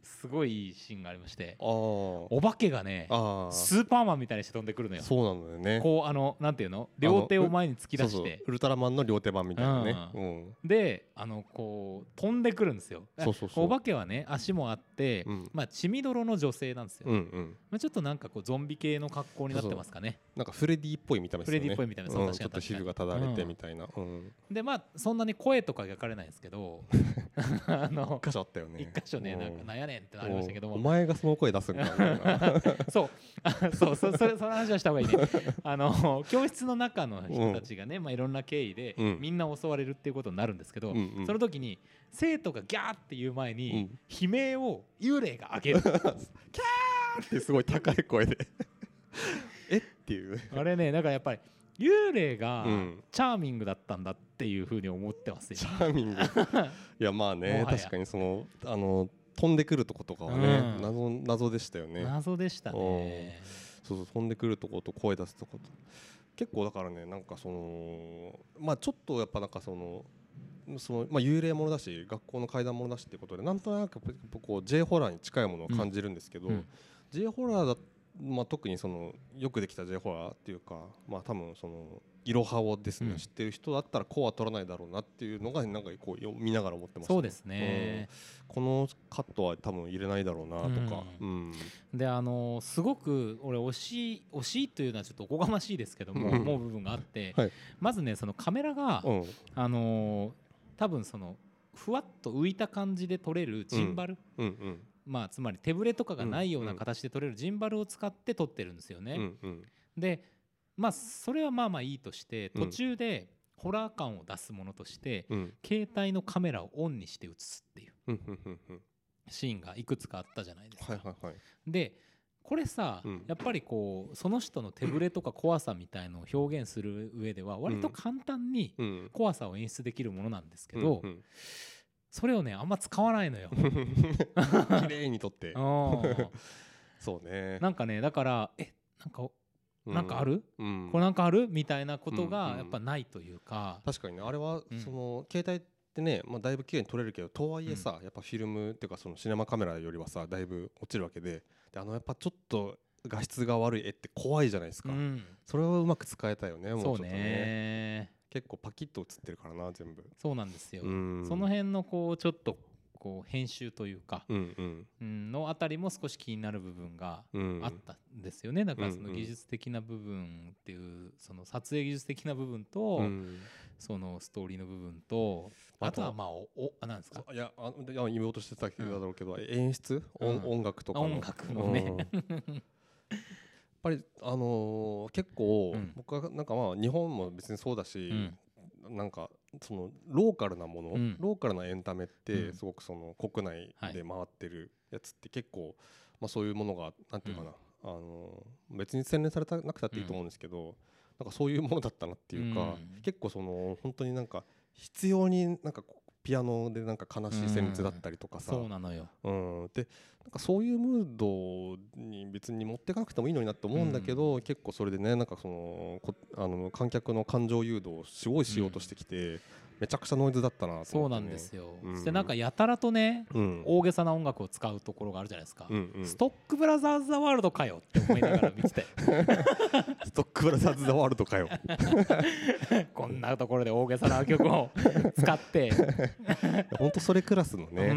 すごいいいシーンがありまして、お化けがねスーパーマンみたいにして飛んでくるのよ。 そうなんだよね。 こうあのなんていうの、両手を前に突き出して、 ウルトラマンの両手版みたいなね、うん、 であのこう飛んでくるんですよ。そうそうそう、お化けはね足もあって、うん、まあ血みどろの女性なんですよ、うんうん、まあ、ちょっとなんかこうゾンビ系の格好になってますかね。 そうそう、なんかフレディっぽい見た目ですよね。 フレディっぽい見た目、そう、確かに、 ちょっと皮膚がただれてみたいな、うんうん、 でまあそんなに声とか描かれないんですけどあの一箇所あったよね。 一箇所ね、なんかなんやねんってなりましたけども、 お前がその声出すんかそうそうそう、それその話はした方がいいね。あの教室の中の人たちがね、まあ、いろんな経緯で、うん、みんな襲われるっていうことになるんですけど、うんうん、その時に生徒がギャーっていう前に、うん、悲鳴を幽霊が上げるキャーってすごい高い声でえっていうあれね、だからやっぱり幽霊がチャーミングだったんだっていうふうに思ってますよ、 チャーミングいやまあね、確かにそのあの飛んでくるとことかはね、うん、謎謎でしたよね。 謎でしたね。 そうそう、飛んでくるとこと声出すとこと結構だからね、なんかそのまあちょっとやっぱなんかそのそのまあ幽霊ものだし学校の怪談ものだしってことでなんとなくこう J ホラーに近いものを感じるんですけど、うんうん、J ホラーだ、まあ、特にそのよくできた J ホラーっていうか、まあ多分そのイロハをですね、うん、知ってる人だったらこうは取らないだろうなっていうのがなんかこう見ながら思ってます、ね、 そうですね、 うん、このカットは多分入れないだろうなとか、 うんうん、であのー、すごく俺惜しい惜しいというのはちょっとおこがましいですけども、思う部分があって、はい、まずねそのカメラが、うん、あのー、多分そのふわっと浮いた感じで撮れるジンバル、うんうんうん、まあ、つまり手ぶれとかがないような形で撮れるジンバルを使って撮ってるんですよね、うんうん、でまあそれはまあまあいいとして、途中でホラー感を出すものとして、うん、携帯のカメラをオンにして映すっていうシーンがいくつかあったじゃないですか、はいはいはい、でこれさ、うん、やっぱりこうその人の手ぶれとか怖さみたいのを表現する上では割と簡単に怖さを演出できるものなんですけど、うんうん、それをねあんま使わないのよ綺麗に撮ってそうね、 なんかね、だからえなんかなんかある、うん、これなんかあるみたいなことがやっぱないというか、 うんうん、確かにね、あれはその、うん、携帯ってね、まあ、だいぶ綺麗に撮れるけどとはいえさ、うん、やっぱフィルムっていうかそのシネマカメラよりはさだいぶ落ちるわけで、であのやっぱちょっと画質が悪い絵って怖いじゃないですか、うん、それをうまく使えたよね。もうちょっとね、そうね、結構パキッと写ってるからな全部。 そうなんですよ、うん、その辺のこうちょっとこう編集というか、うんうん、のあたりも少し気になる部分があったんですよね。だからその技術的な部分っていうその撮影技術的な部分と、うん、そのストーリーの部分と、あとはまあおおなんですか、 いやあ言おうとしてたけどだろうけど、うん、演出、うん、音楽とかの音楽のね、うん、 やっぱりあのー、結構、うん、僕はなんかまあ日本も別にそうだし、うん、なんかそのローカルなもの、うん、ローカルなエンタメってすごくその国内で回ってるやつって結構、まあ、そういうものがなんていうかな、うん、あの別に洗練されたなくたっていいと思うんですけど、うん、なんかそういうものだったなっていうか、うん、結構その本当になんか必要になんかピアノでなんか悲しい旋律だったりとかさ、 うん、そうなのよ、 うん、でなんかそういうムードに別に持っていかなくてもいいのになって思うんだけど、うん、結構それでねなんかそのあの観客の感情誘導をすごいしようとしてきて、うん、めちゃくちゃノイズだったなと思って、ね、 そうなんですよ、うん、そしてなんかやたらとね、うん、大げさな音楽を使うところがあるじゃないですか、うんうん、ストックブラザーズ・ザ・ワールドかよって思いながら見ててストックブラザーズ・ザ・ワールドかよこんなところで大げさな曲を使って本当それクラスのね、うん、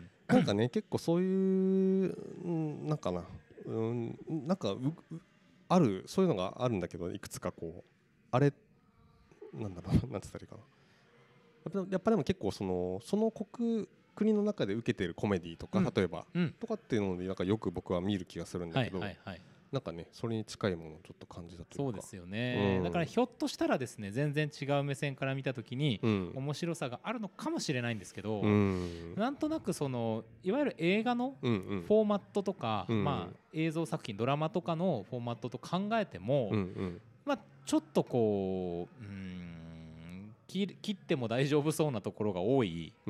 なんかね結構そういうなんかな、うん、なんかあるそういうのがあるんだけど、いくつかこうあれなんだろうなんて言ったらいいかな、やっぱでも結構そのその国国の中で受けてるコメディとか、うん、例えば、うん、とかっていうのでなんかよく僕は見る気がするんだけど、はいはいはい、なんかねそれに近いものをちょっと感じたというか。 そうですよね、うん、だからひょっとしたらですね全然違う目線から見た時に、うん、面白さがあるのかもしれないんですけど、うん、なんとなくそのいわゆる映画のフォーマットとか、うんうん、まあ、映像作品ドラマとかのフォーマットと考えても、うんうん、まあ、ちょっとこう、うん、切っても大丈夫そうなところが多い、うん、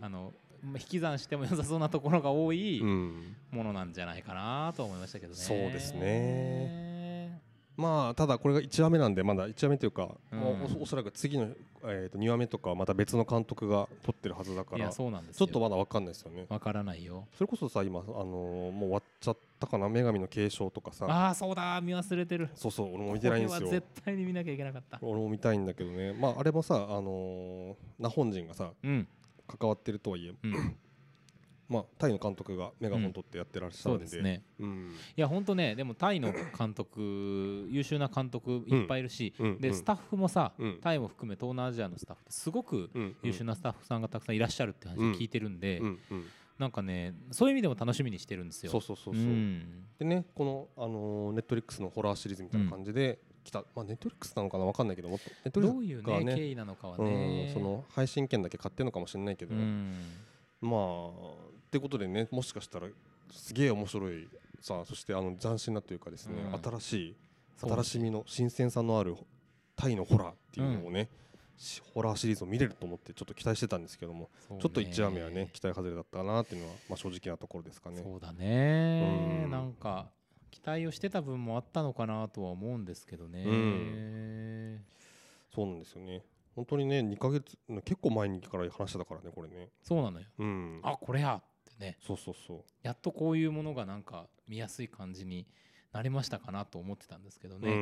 あの引き算しても良さそうなところが多いものなんじゃないかなと思いましたけどね。 そうですね。 まあただこれがいちわめなんでまだいちわめというか、うん、お, おそらく次の、えー、とにわめとかはまた別の監督が撮ってるはずだから、いやそうなんですよ、ちょっとまだ分かんないですよね。 分からないよ。 それこそさ今、あのー、もう終わっちゃったかな、女神の継承とかさ。 ああそうだ、見忘れてる。 そうそう、俺も見てないんですよ。 これは絶対に見なきゃいけなかった。 俺も見たいんだけどね。まああれもさ、あのー、那本人がさ、うん、関わってるとはいえ、うんまあ、タイの監督がメガホン取ってやってらっしゃるんで、うん、そうですね、うん、 いや本当ね、でもタイの監督優秀な監督いっぱいいるし、うん、でスタッフもさ、うん、タイも含め東南アジアのスタッフってすごく優秀なスタッフさんがたくさんいらっしゃるって話を聞いてるんで、うんうん、なんかねそういう意味でも楽しみにしてるんですよ。 そうそうそうそう、うん、でねこの、あのー、ネットリックスのホラーシリーズみたいな感じで来た、まあ、ネットリックスなのかな分かんないけど、もっとネットリックスが、ね、 どういう、ね、経緯なのかはね、 うん、その配信権だけ買ってるのかもしれないけど、うん、まあってことでね、もしかしたらすげえ面白いさあ、そしてあの斬新なというかですね、うん、新しい新しみの新鮮さのあるタイのホラーっていうのをね、うん、ホラーシリーズを見れると思ってちょっと期待してたんですけども、ちょっといちわめはね期待外れだったかなっていうのは、まあ、正直なところですかね。 そうだね、うん、なんか期待をしてた分もあったのかなとは思うんですけどね、うん、 そうなんですよね。本当にねにかげつ結構前にから話してたからねこれね。 そうなのよ、うん、あこれやってね、 そうそうそう、 やっとこういうものがなんか見やすい感じになりましたかなと思ってたんですけどね、うん、うん、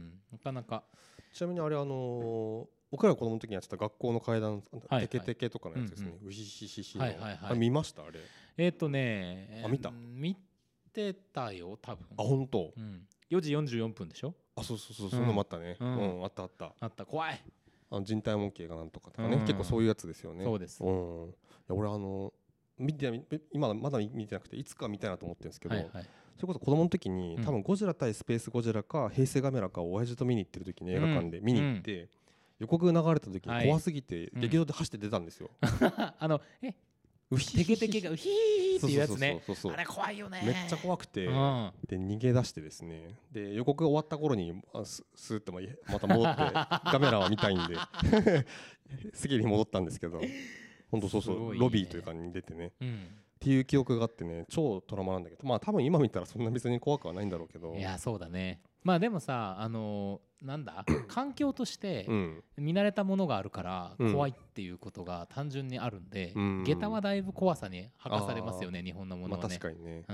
なかなか。 ちなみにあれ、あのー、僕らが子供の時にやってた学校の階段、はいはい、テケテケとかのやつですね、うんうん、ウヒヒヒヒの、はいはいはい、あれ見ましたあれ。 えっ、ー、とねあ見た見てたよ多分。 あ本当、 うん、よじよんじゅうよんぷんでしょ。 あそうそうそう、うん、そういうのもあったね、うんうん、あったあったあった、怖い。 あの人体模型がなんとかとかね、うん、結構そういうやつですよね。 そうです、うん、 いや俺あの見て今まだ見てなくていつか見たいなと思ってるんですけど、はいはい、それこそ子供の時に、うん、多分ゴジラ対スペースゴジラか平成ガメラかを親父と見に行ってる時に映画館で見に行って、うん、予告流れた時に怖すぎて劇場で走って出たんですよ、うん、 あのえテケテケがウヒーっていうやつね。あれ怖いよね。 めっちゃ怖くて、うん、で逃げ出してですね、で予告が終わった頃にスーッとまた戻ってカメラは見たいんで席に戻ったんですけど、本当そうそう、ね、ロビーというかに出てね、うん、っていう記憶があってね、超トラウマなんだけど、まあ多分今見たらそんな別に怖くはないんだろうけど。 いやそうだね。まあでもさ、あのー、なんだ環境として見慣れたものがあるから怖いっていうことが単純にあるんで、うん、下駄はだいぶ怖さに吐かされますよね、日本のものはね。 まあ、確かにね、うん、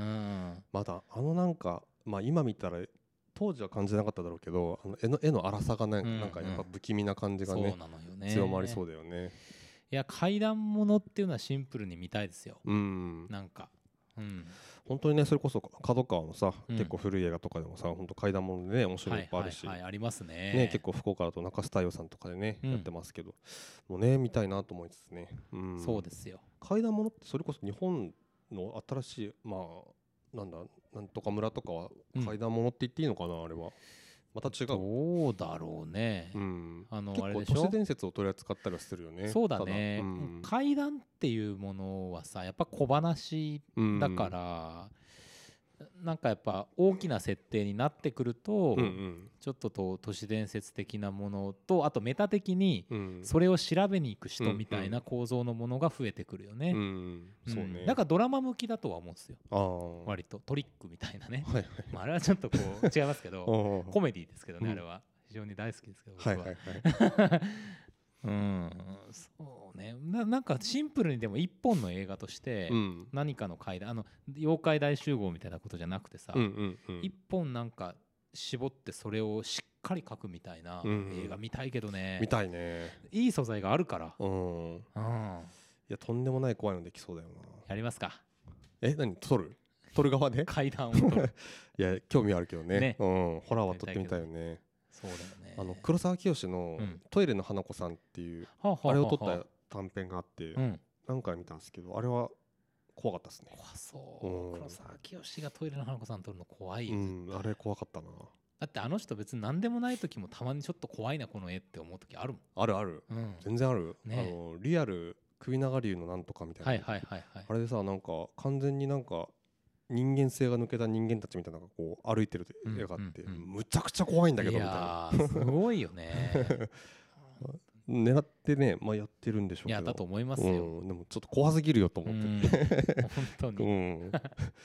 まだあのなんか、まあ、今見たら当時は感じなかっただろうけど、あの絵の絵の粗さがね、うんうん、なんかやっぱ不気味な感じがね、そうなのよね、強まりそうだよね。 いや怪談ものっていうのはシンプルに見たいですよ、うん、なんか、うん、 本当にね、それこそ角川のさ、うん、結構古い映画とかでもさ、本当怪談ものでね面白いいっぱいあるし、 はいはいはい、ありますね。 ね、結構福岡だと中洲太陽さんとかでね、うん、やってますけど、もうね見たいなと思いつつね、うん、 そうですよ。 怪談ものってそれこそ日本の新しい、まあなんだなんとか村とかは怪談ものって言っていいのかな、うん、あれはまた違う。 どうだろうね、うん、あの結構都市伝説を取り扱ったりはするよね。 そうだね、うん、怪談っていうものはさやっぱ小話だから、うん、なんかやっぱ大きな設定になってくると、うんうん、ちょっとと都市伝説的なものと、あとメタ的にそれを調べに行く人みたいな構造のものが増えてくるよね。そうね。だからドラマ向きだとは思うんですよ。あ割とトリックみたいなね、はいはい、まあ、あれはちょっとこう違いますけどコメディですけどね、うん、あれは非常に大好きですけど僕は、はいはいはいうん、そうね、な, なんかシンプルにでも一本の映画として何かの怪談、あの妖怪大集合みたいなことじゃなくてさ、うんうんうん、一本なんか絞ってそれをしっかり描くみたいな映画見たいけどね、 うん、見たいね。 いい素材があるから、うんうん、いやとんでもない怖いのできそうだよな。 やりますか。 え何撮る撮る側で怪談を撮るいや興味あるけどね、ね、うん、ホラーは撮ってみたいよね。 そうだよね。 あの黒沢清のトイレの花子さんっていう、うん、あれを撮った短編があって、うん、何回見たんですけどあれは怖かったですね。 怖そう、うん、黒沢清がトイレの花子さん撮るの怖いよ、 うん、あれ怖かったな。 だってあの人別に何でもない時もたまにちょっと怖いなこの絵って思う時あるもん。 あるある、うん、全然ある、ね、あのリアル首長竜のなんとかみたいな、はいはいはいはい、あれでさなんか完全になんか人間性が抜けた人間たちみたいなのがこう歩いてる絵があって、うんうんうん、むちゃくちゃ怖いんだけどみたいな。 いやすごいよね狙ってね、まあ、やってるんでしょうけど。 やったと思いますよ、 うん、でもちょっと怖すぎるよと思って、うん、 本当に、うん、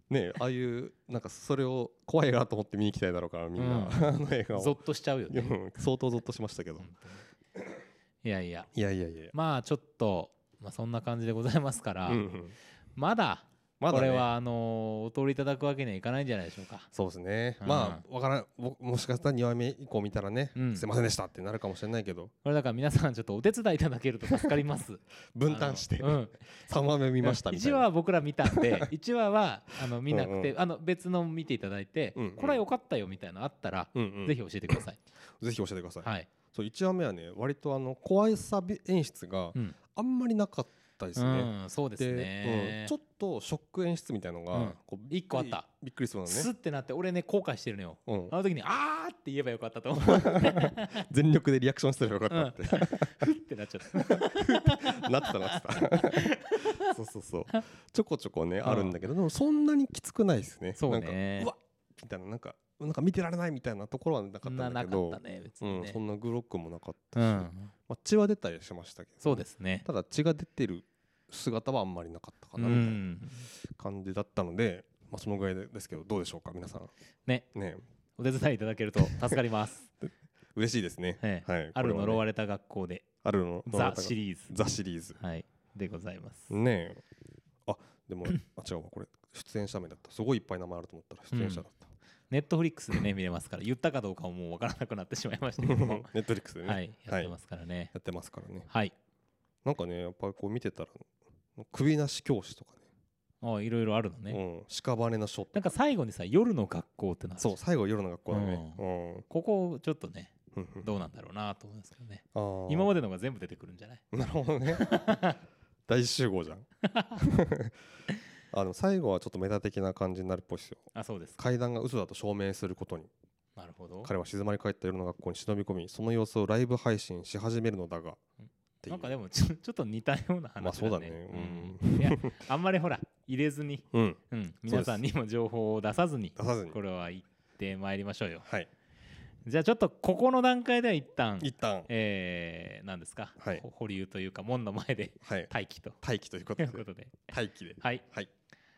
ねああいうなんかそれを怖いなと思って見に行きたいだろうからみんな、うん、あの映画をゾッとしちゃうよね、うん、 相当ゾッとしましたけどいやいやいやいやいやまあちょっと、まあ、そんな感じでございますから、うんうん、まだまだね、これはあのお通りいただくわけにはいかないんじゃないでしょうか。 そうですね、うん、まあわからん も, もしかしたらにわめ以降見たらね、うん、すいませんでしたってなるかもしれないけど、 これだから皆さんちょっとお手伝いいただけると助かります分担して、うん、さんわめ見ましたみたいな。 いちわは僕ら見たんでいちわはあの見なくてうん、あの別の見ていただいて、うんうん、これは良かったよみたいなのあったら、うんうん、ぜひ教えてくださいぜひ教えてください、 はい、 そういちわめはね割とあの怖さ演出があんまりなかったですね、 うん、そうですね、 うん、ちょっとショック演出みたいなのが、うん、 こういっこあった。 びっくりするのね。 スッてなって俺ね後悔してるのよ、うん、あの時にあーって言えばよかったと思う全力でリアクションすればよかったって、 うん、ふってなっちゃったなってたなってたそうそうそうちょこちょこね、うん、あるんだけどでもそんなにきつくないですね。 そうね、 なんかうわみたいななんかなんか見てられないみたいなところはなかったんだけど、 なかったね別にね、 うん、そんなグロックもなかったし、 うんまあ、血は出たりしましたけど、 そうですね、 ただ血が出てる姿はあんまりなかったかなみたいな感じだったので、まあ、そのぐらいですけどどうでしょうか皆さんね、 ねお手伝いいただけると助かります嬉しいですね、 ええはい、ある呪われた学校であるのザシリーズザシリーズ、 はい、でございますねえ。あでもあ違うわこれ出演者名だった。すごいいっぱい名前あると思ったら出演者だった、うん、 ネットフリックスでね見れますから言ったかどうかももう分からなくなってしまいましたけどもネットフリックスでね、 はい、やってますからね、はい、 やってますからね。 はいなんかねやっぱりこう見てたら首なし教師とかね、 ああいろいろあるのね、 うん、屍の書とかなんか最後にさ夜の学校ってなる。 そう最後夜の学校だね、うんうん、ここちょっとねどうなんだろうなと思うんですけどね今までのが全部出てくるんじゃない。 なるほどね大集合じゃんあの最後はちょっとメタ的な感じになるっぽいですよ。 あそうです。 階段が嘘だと証明することに。 なるほど。 彼は静まり返った夜の学校に忍び込みその様子をライブ配信し始めるのだが、 うん、なんかでもちょ、ちょっと似たような話だね。 まあそうだね、 うん、いやあんまりほら入れずに、 うんうん、皆さんにも情報を出さずに出さずにこれは言ってまいりましょうよ。 はい。 じゃあちょっとここの段階では一旦一旦、 えー、何ですか、 はい、 保留というか門の前で、はい、待機と待機ということでことで待機ではい、 はい、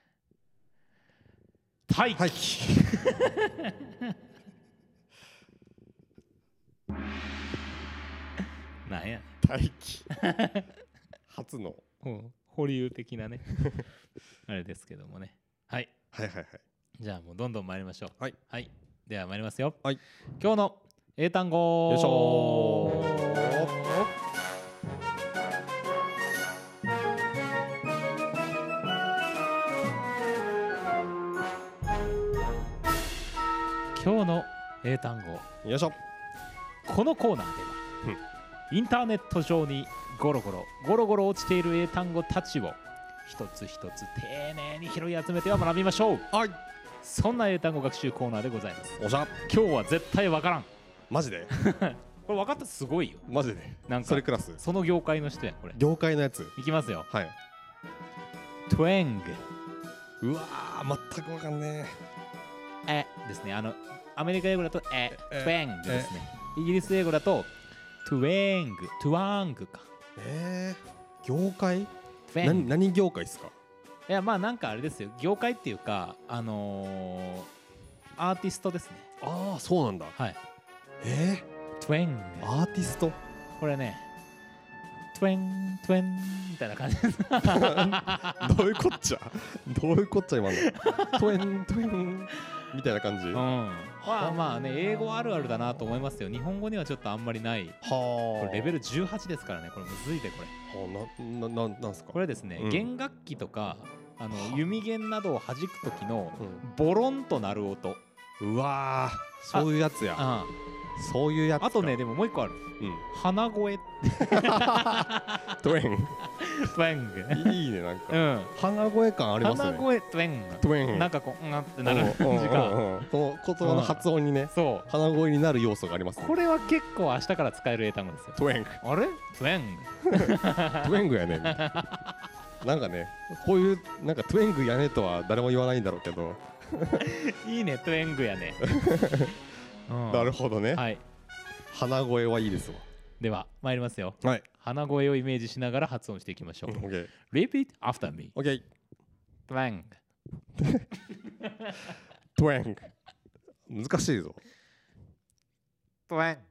待機、はいなんや待機初の、 うん、保留的なねあれですけどもね、はい、 はいはいはいじゃあもうどんどん参りましょう。 はい、 はい、では参りますよ。 はい、 今日の英単語よいしょ今日の英単語よいしょ。 このコーナーでは、うん、インターネット上にゴロゴロゴロゴロ落ちている英単語たちを一つ一つ丁寧に拾い集めては学びましょう。 はい、 そんな英単語学習コーナーでございます。 おしゃ今日は絶対わからん。 マジでこれ分かったらすごいよ。 マジでなんかそれクラスその業界の人やこれ。 業界のやついきますよ。 はい。 トゥエング。うわー全くわかんねえ。えですね。あのアメリカ英語だとえトゥエングですね。イギリス英語だとトゥエングトゥワングか。 えー、業界？何何業界ですか？ いやまあなんかあれですよ。業界っていうかあのー、アーティストですね。 ああそうなんだ。 はい。 えー、トゥエングアーティストこれねトゥエントゥエンみたいな感じですどういうこっちゃどういうこっちゃ今のトゥエントゥエンみたいな感じ、うん、 まあまあね英語あるあるだなと思いますよ。日本語にはちょっとあんまりない。はこれレベルじゅうはちですからね。これむずいでこれ。 はななななんすかこれですね、うん、弦楽器とかあの弓弦などを弾く時のボロンと鳴る音、 うん、うわーそういうやつや。あそういうやつか。 あとねでももう一個ある、うん、鼻声トゥエントゥエングいいねなんか、うん、鼻声感ありますね。 鼻声トゥエングトゥエンなんかこうなってなる感じがこの言葉の発音にね、そう鼻声になる要素があります、ね、 これは結構明日から使える英単語ですよ。 トゥエングあれトゥエングトゥエングやねなんかねこういうなんかトゥエングやねとは誰も言わないんだろうけどいいねトゥエングやねうん、なるほどね、はい、鼻声はいいですわ。 では参りますよ、 はい、 鼻声をイメージしながら発音していきましょう、 okay. Repeat after me OK トゥエングトゥエング難しいぞ。 トゥエン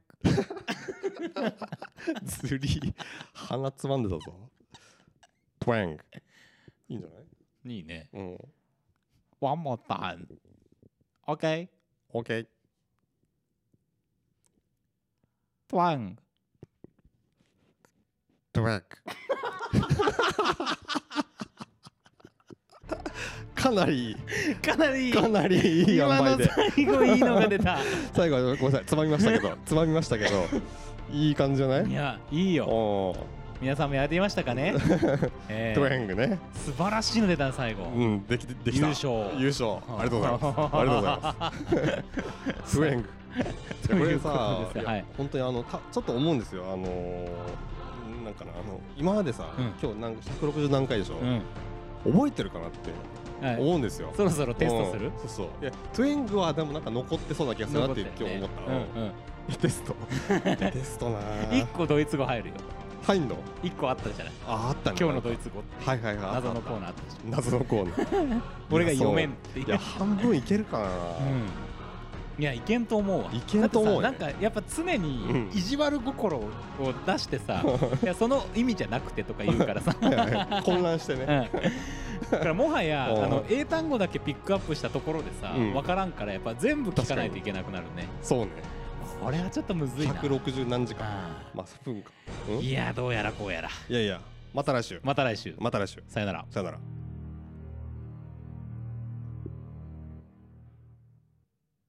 ずり鼻つまんでたぞ。トゥエングいいんじゃない？ いいね。 うん。 One more time. OK? OK。 トゥエングトゥエングかなりかなりかなりいい塩梅で今の最後いいのが出た最後はごめんなさいつまみましたけどつまみましたけどいい感じじゃない？ いやいいよ。皆さんもやっていましたかね？ えー、トゥエングね素晴らしいの出た最後。 うんできできた優勝優勝ありがとうございますありがとうございますトゥエングこれさ、はい、本当にあのたちょっと思うんですよ。あのー、なんかなあの今までさ、うん、今日なんひゃくろくじゅう何回でしょ、うん、覚えてるかなって思うんですよ、はい、 そろそろテストする、 うん、そうそういやトゥエングはでもなんか残ってそうな気がするなって今日思った、ねうんうん、テストテストなーいっこドイツ語入るよ。 入んのいっこあったじゃない。 ああったね今日のドイツ語ってはいはいはい謎のコーナーあったし謎のコーナー俺が読めんっていや半分いけるかな、うんいやいけんと思うわ。 いけんと思う、ね、 なんかやっぱ常に意地悪心を出してさ、うん、いやその意味じゃなくてとか言うからさ混乱してね、 うん、だからもはやあの英単語だけピックアップしたところでさ、うん、分からんからやっぱ全部聞かないといけなくなるね。 そうねこれはちょっとむずいな。 ひゃくろくじゅう何時間まあ分か、 うん、いやどうやらこうやら。 いやいやまた来週また来週また来週さよならさよなら。